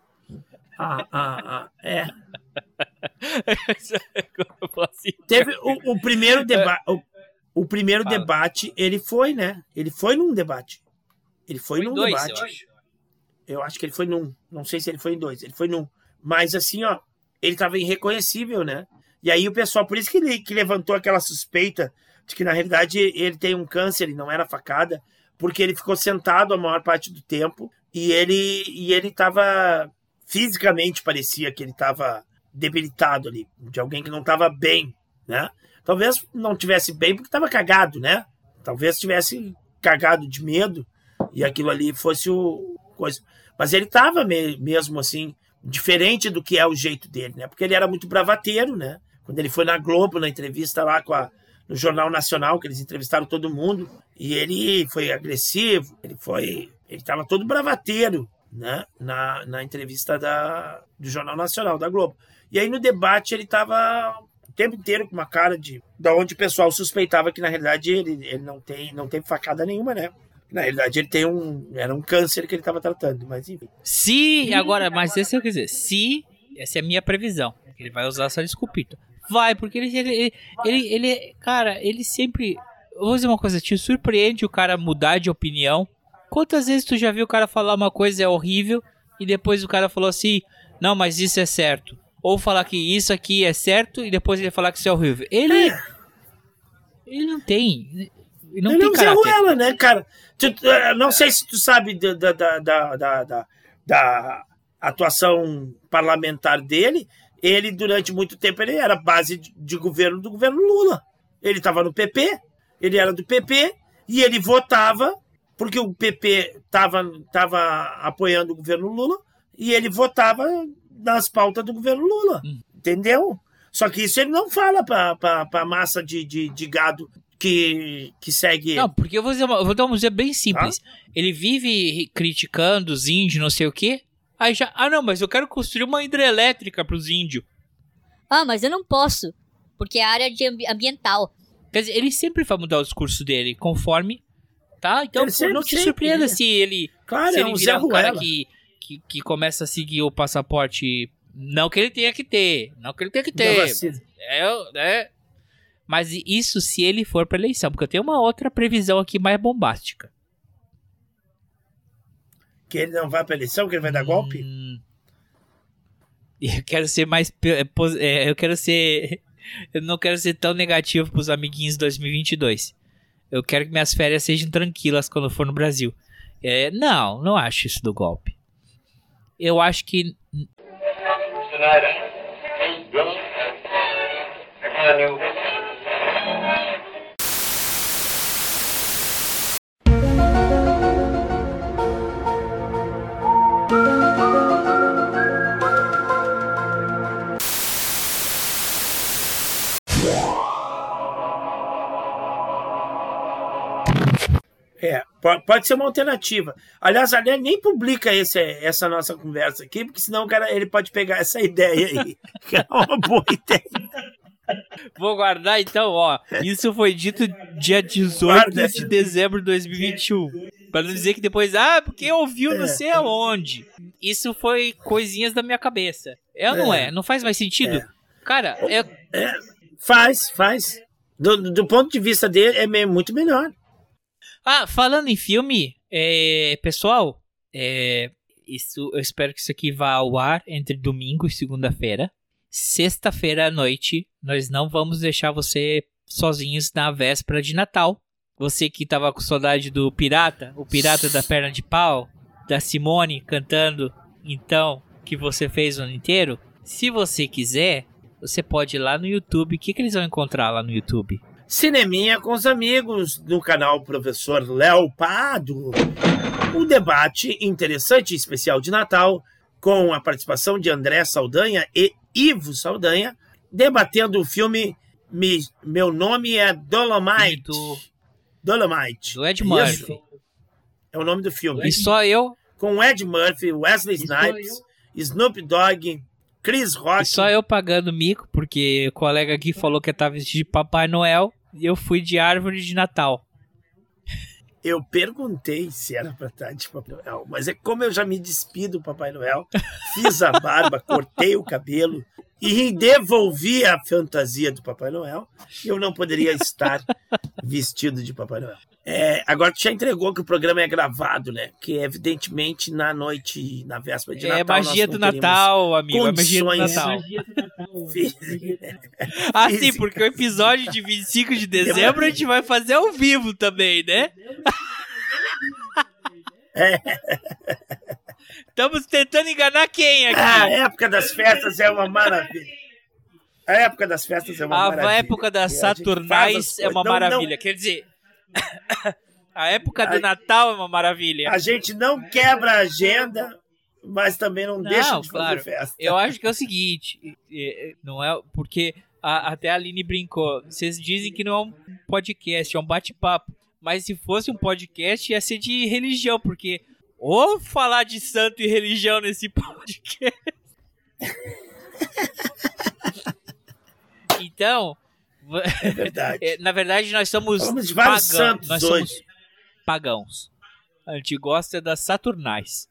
Teve o primeiro debate. O primeiro debate, ele foi, né? Ele foi num debate. Ele foi num dois, debate. Eu acho que ele foi num. Não sei se ele foi em 2. Ele foi num. Mas assim, ó, ele tava irreconhecível, né? E aí o pessoal, por isso que levantou aquela suspeita de que na realidade ele tem um câncer e não era facada, porque ele ficou sentado a maior parte do tempo e ele tava fisicamente, parecia que ele tava debilitado ali, de alguém que não tava bem, né? Talvez não tivesse bem porque tava cagado, né? Talvez tivesse cagado de medo e aquilo ali fosse o coisa. Mas ele tava mesmo assim, diferente do que é o jeito dele, né? Porque ele era muito bravateiro, né? Quando ele foi na Globo, na entrevista lá no Jornal Nacional, que eles entrevistaram todo mundo, e ele foi agressivo, ele estava todo bravateiro, né? Na entrevista do Jornal Nacional, da Globo. E aí no debate ele estava o tempo inteiro com uma cara da onde o pessoal suspeitava que na realidade ele não tem facada nenhuma, né? Na realidade ele era um câncer que ele estava tratando, mas enfim. Mas esse eu quero dizer, essa é a minha previsão, ele vai usar essa desculpita. Vai, porque ele cara, ele sempre... Eu vou dizer uma coisa, te surpreende o cara mudar de opinião. Quantas vezes tu já viu o cara falar uma coisa é horrível e depois o cara falou assim, não, mas isso é certo. Ou falar que isso aqui é certo e depois ele falar que isso é horrível. Ele não tem... Ele não tem caráter. Ela, né, cara? Não sei se tu sabe da atuação parlamentar dele. Ele, durante muito tempo, ele era base de governo do governo Lula. Ele estava no PP, ele era do PP, e ele votava, porque o PP estava apoiando o governo Lula, e ele votava nas pautas do governo Lula. Entendeu? Só que isso ele não fala para a massa de gado que segue ele. Não, porque eu vou dar um exemplo bem simples. Ele vive criticando os índios, não sei o quê. Aí já, não, mas eu quero construir uma hidrelétrica pros índios. Mas eu não posso, porque é área ambiental. Quer dizer, ele sempre vai mudar o discurso dele, conforme, tá? Então não te surpreenda se ele virar um cara que começa a seguir o passaporte, não que ele tenha que ter, mas isso se ele for pra eleição, porque eu tenho uma outra previsão aqui mais bombástica. Que ele não vai pra eleição, que ele vai dar golpe? Eu quero ser mais... Eu não quero ser tão negativo pros amiguinhos 2022. Eu quero que minhas férias sejam tranquilas quando for no Brasil. Não acho isso do golpe. Eu acho que... Pode ser uma alternativa. Aliás, a Aliás nem publica essa nossa conversa aqui, porque senão o cara ele pode pegar essa ideia aí. Que é uma boa ideia. Vou guardar então, ó. Isso foi dito dia 18 de dezembro de 2021. Pra não dizer que depois, porque ouviu não sei aonde. Isso foi coisinhas da minha cabeça. Não é? Não faz mais sentido? Cara, Faz. Do ponto de vista dele, é muito melhor. Falando em filme, pessoal, isso, eu espero que isso aqui vá ao ar entre domingo e segunda-feira. Sexta-feira à noite, nós não vamos deixar você sozinhos na véspera de Natal. Você que tava com saudade do Pirata, o Pirata da Perna de Pau, da Simone cantando Então, que você fez o ano inteiro. Se você quiser, você pode ir lá no YouTube. O que eles vão encontrar lá no YouTube? Cineminha com os amigos, no canal Professor Léo Pado. Um debate interessante e especial de Natal, com a participação de André Saldanha e Ivo Saldanha, debatendo o filme Meu Nome é Dolomite. Dolomite. Do Ed Murphy. Isso. É o nome do filme. E só eu. Com Ed Murphy, Wesley Snipes, Snoop Dogg, Chris Rock. E só eu pagando mico, porque o colega aqui falou que tava vestido de Papai Noel e eu fui de árvore de Natal. Eu perguntei se era pra estar de Papai Noel, mas é como eu já me despido do Papai Noel, fiz a barba, cortei o cabelo e devolvi a fantasia do Papai Noel, eu não poderia estar vestido de Papai Noel. Agora tu já entregou que o programa é gravado, né? Que evidentemente na noite, na véspera de Natal... É magia do Natal, amigo. É magia do Natal. Sim, porque o episódio de 25 de dezembro a gente vai fazer ao vivo também, né? Estamos tentando enganar quem aqui? A época das festas é uma maravilha. A época das festas é uma maravilha. A época das Saturnais é uma maravilha. Quer dizer... A época do Natal é uma maravilha. A gente não quebra a agenda, mas também não deixa de fazer festa. Eu acho que é o seguinte, não é porque até a Aline brincou. Vocês dizem que não é um podcast, é um bate-papo. Mas se fosse um podcast ia ser de religião, porque ou falar de santo e religião nesse podcast. Então, é verdade. Na verdade, nós somos de vários santos nós hoje. Somos pagãos. A gente gosta das Saturnais.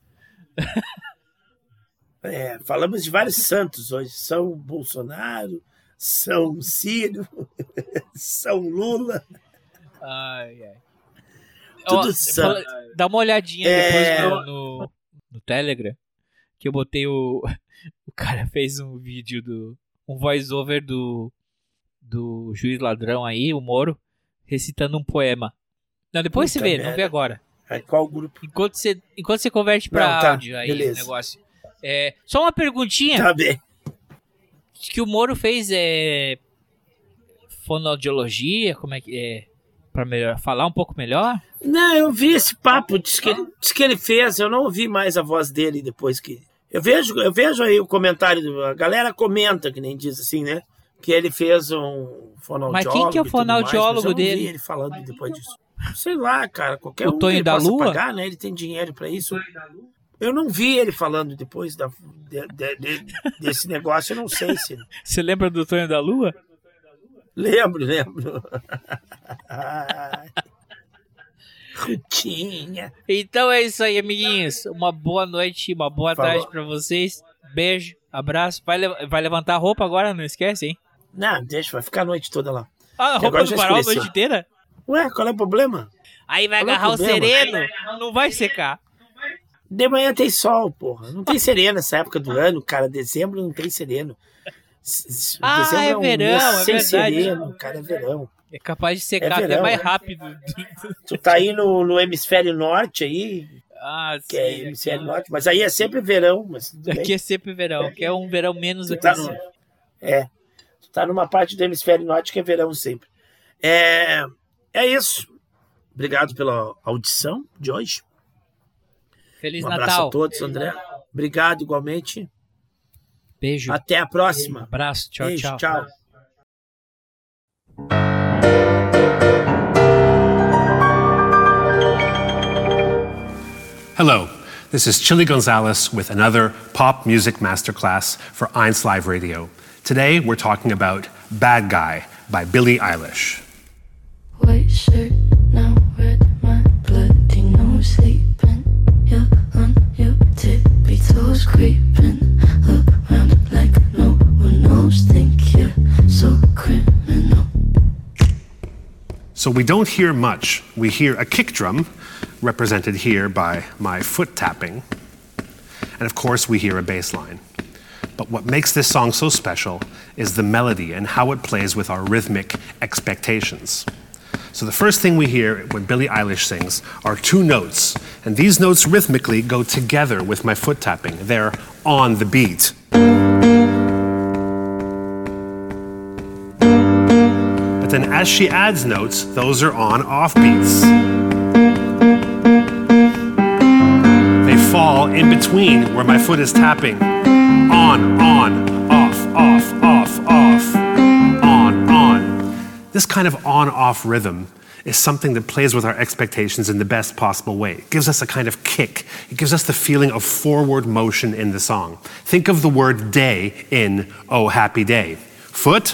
Falamos de vários santos hoje. São Bolsonaro, São Ciro, São Lula. Ai, ai. Tudo santo. Dá uma olhadinha depois no Telegram, que eu botei o cara fez um vídeo um voice-over do juiz ladrão aí, o Moro, recitando um poema. Não, depois você vê, não vê agora. Qual grupo? Enquanto você converte pra áudio aí o negócio. Só uma perguntinha. Tá bem. Que o Moro fez fonoaudiologia, como é que é? Pra falar um pouco melhor? Não, eu vi esse papo, diz que ele fez, eu não ouvi mais a voz dele depois que... Eu vejo aí o comentário, a galera comenta, que nem diz assim, né? Que ele fez um fonoaudiólogo. Mas quem que é o fonoaudiólogo dele? Eu não vi ele falando depois disso. Sei lá, cara, qualquer o um Tonho que ele da possa Lua? pagar, né? Ele tem dinheiro pra isso. Eu não vi ele falando depois desse negócio, eu não sei se... Você lembra do Tonho da Lua? Lembro. Rutinha. Então é isso aí, amiguinhos. Uma boa noite, uma boa tarde pra vocês. Beijo, abraço. Vai levantar a roupa agora? Não esquece, hein? Não, deixa, vai ficar a noite toda lá. A roupa do varal a noite inteira? Ué, qual é o problema? Aí vai agarrar o sereno, não vai secar. De manhã tem sol, porra. Não tem sereno nessa época do ano, cara. Dezembro não tem sereno. É verão, sem é verdade. Sereno, cara, é verão. É capaz de secar até mais rápido. Tu tá aí no hemisfério norte aí, que sim, é hemisfério norte, mas aí é sempre verão. Mas aqui é sempre verão, que é um verão menos aqui. Tu tá numa parte do hemisfério norte que é verão sempre. É isso. Obrigado pela audição de hoje. Feliz Natal. Natal. Abraço a todos, André. Obrigado igualmente. Beijo. Até a próxima. Abraço. Tchau, Beijo, tchau. Hello, this is Chili Gonzalez with another pop music masterclass for 1 Live Radio. Today we're talking about Bad Guy by Billie Eilish. White shirt, now red, my bloody nose sleeping. You're on your tippy toes creeping around like no one knows. Think you're so criminal. So we don't hear much. We hear a kick drum, represented here by my foot tapping. And of course we hear a bass line. But what makes this song so special is the melody and how it plays with our rhythmic expectations. So the first thing we hear when Billie Eilish sings are 2 notes, and these notes rhythmically go together with my foot tapping. They're on the beat. But then as she adds notes, those are on-off beats. They fall in between where my foot is tapping. On, off, off, off, on. This kind of on-off rhythm is something that plays with our expectations in the best possible way. It gives us a kind of kick. It gives us the feeling of forward motion in the song. Think of the word day in Oh Happy Day. Foot.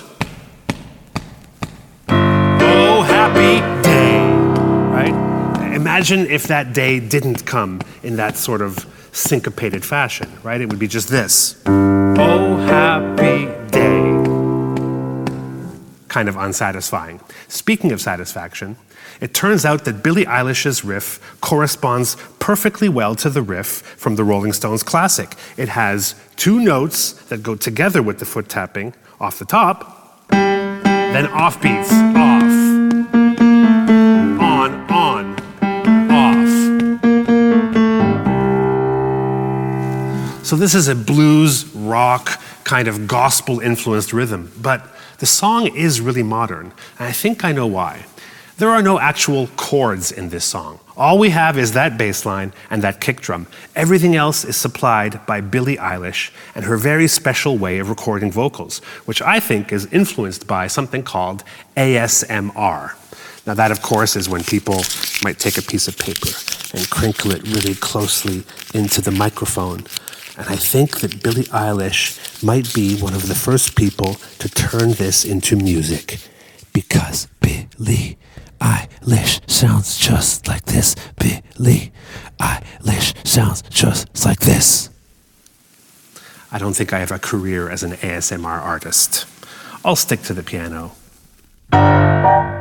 Oh happy day, right? Imagine if that day didn't come in that sort of syncopated fashion, right? It would be just this. Oh happy day. Kind of unsatisfying. Speaking of satisfaction, it turns out that Billie Eilish's riff corresponds perfectly well to the riff from the Rolling Stones classic. It has 2 notes that go together with the foot tapping off the top, then off beats, off, on, off. So this is a blues, rock, kind of gospel-influenced rhythm, but the song is really modern, and I think I know why. There are no actual chords in this song. All we have is that bass line and that kick drum. Everything else is supplied by Billie Eilish and her very special way of recording vocals, which I think is influenced by something called ASMR. Now that, of course, is when people might take a piece of paper and crinkle it really closely into the microphone. And I think that Billie Eilish might be one of the first people to turn this into music. Because Billie Eilish sounds just like this. Billie Eilish sounds just like this. I don't think I have a career as an ASMR artist. I'll stick to the piano.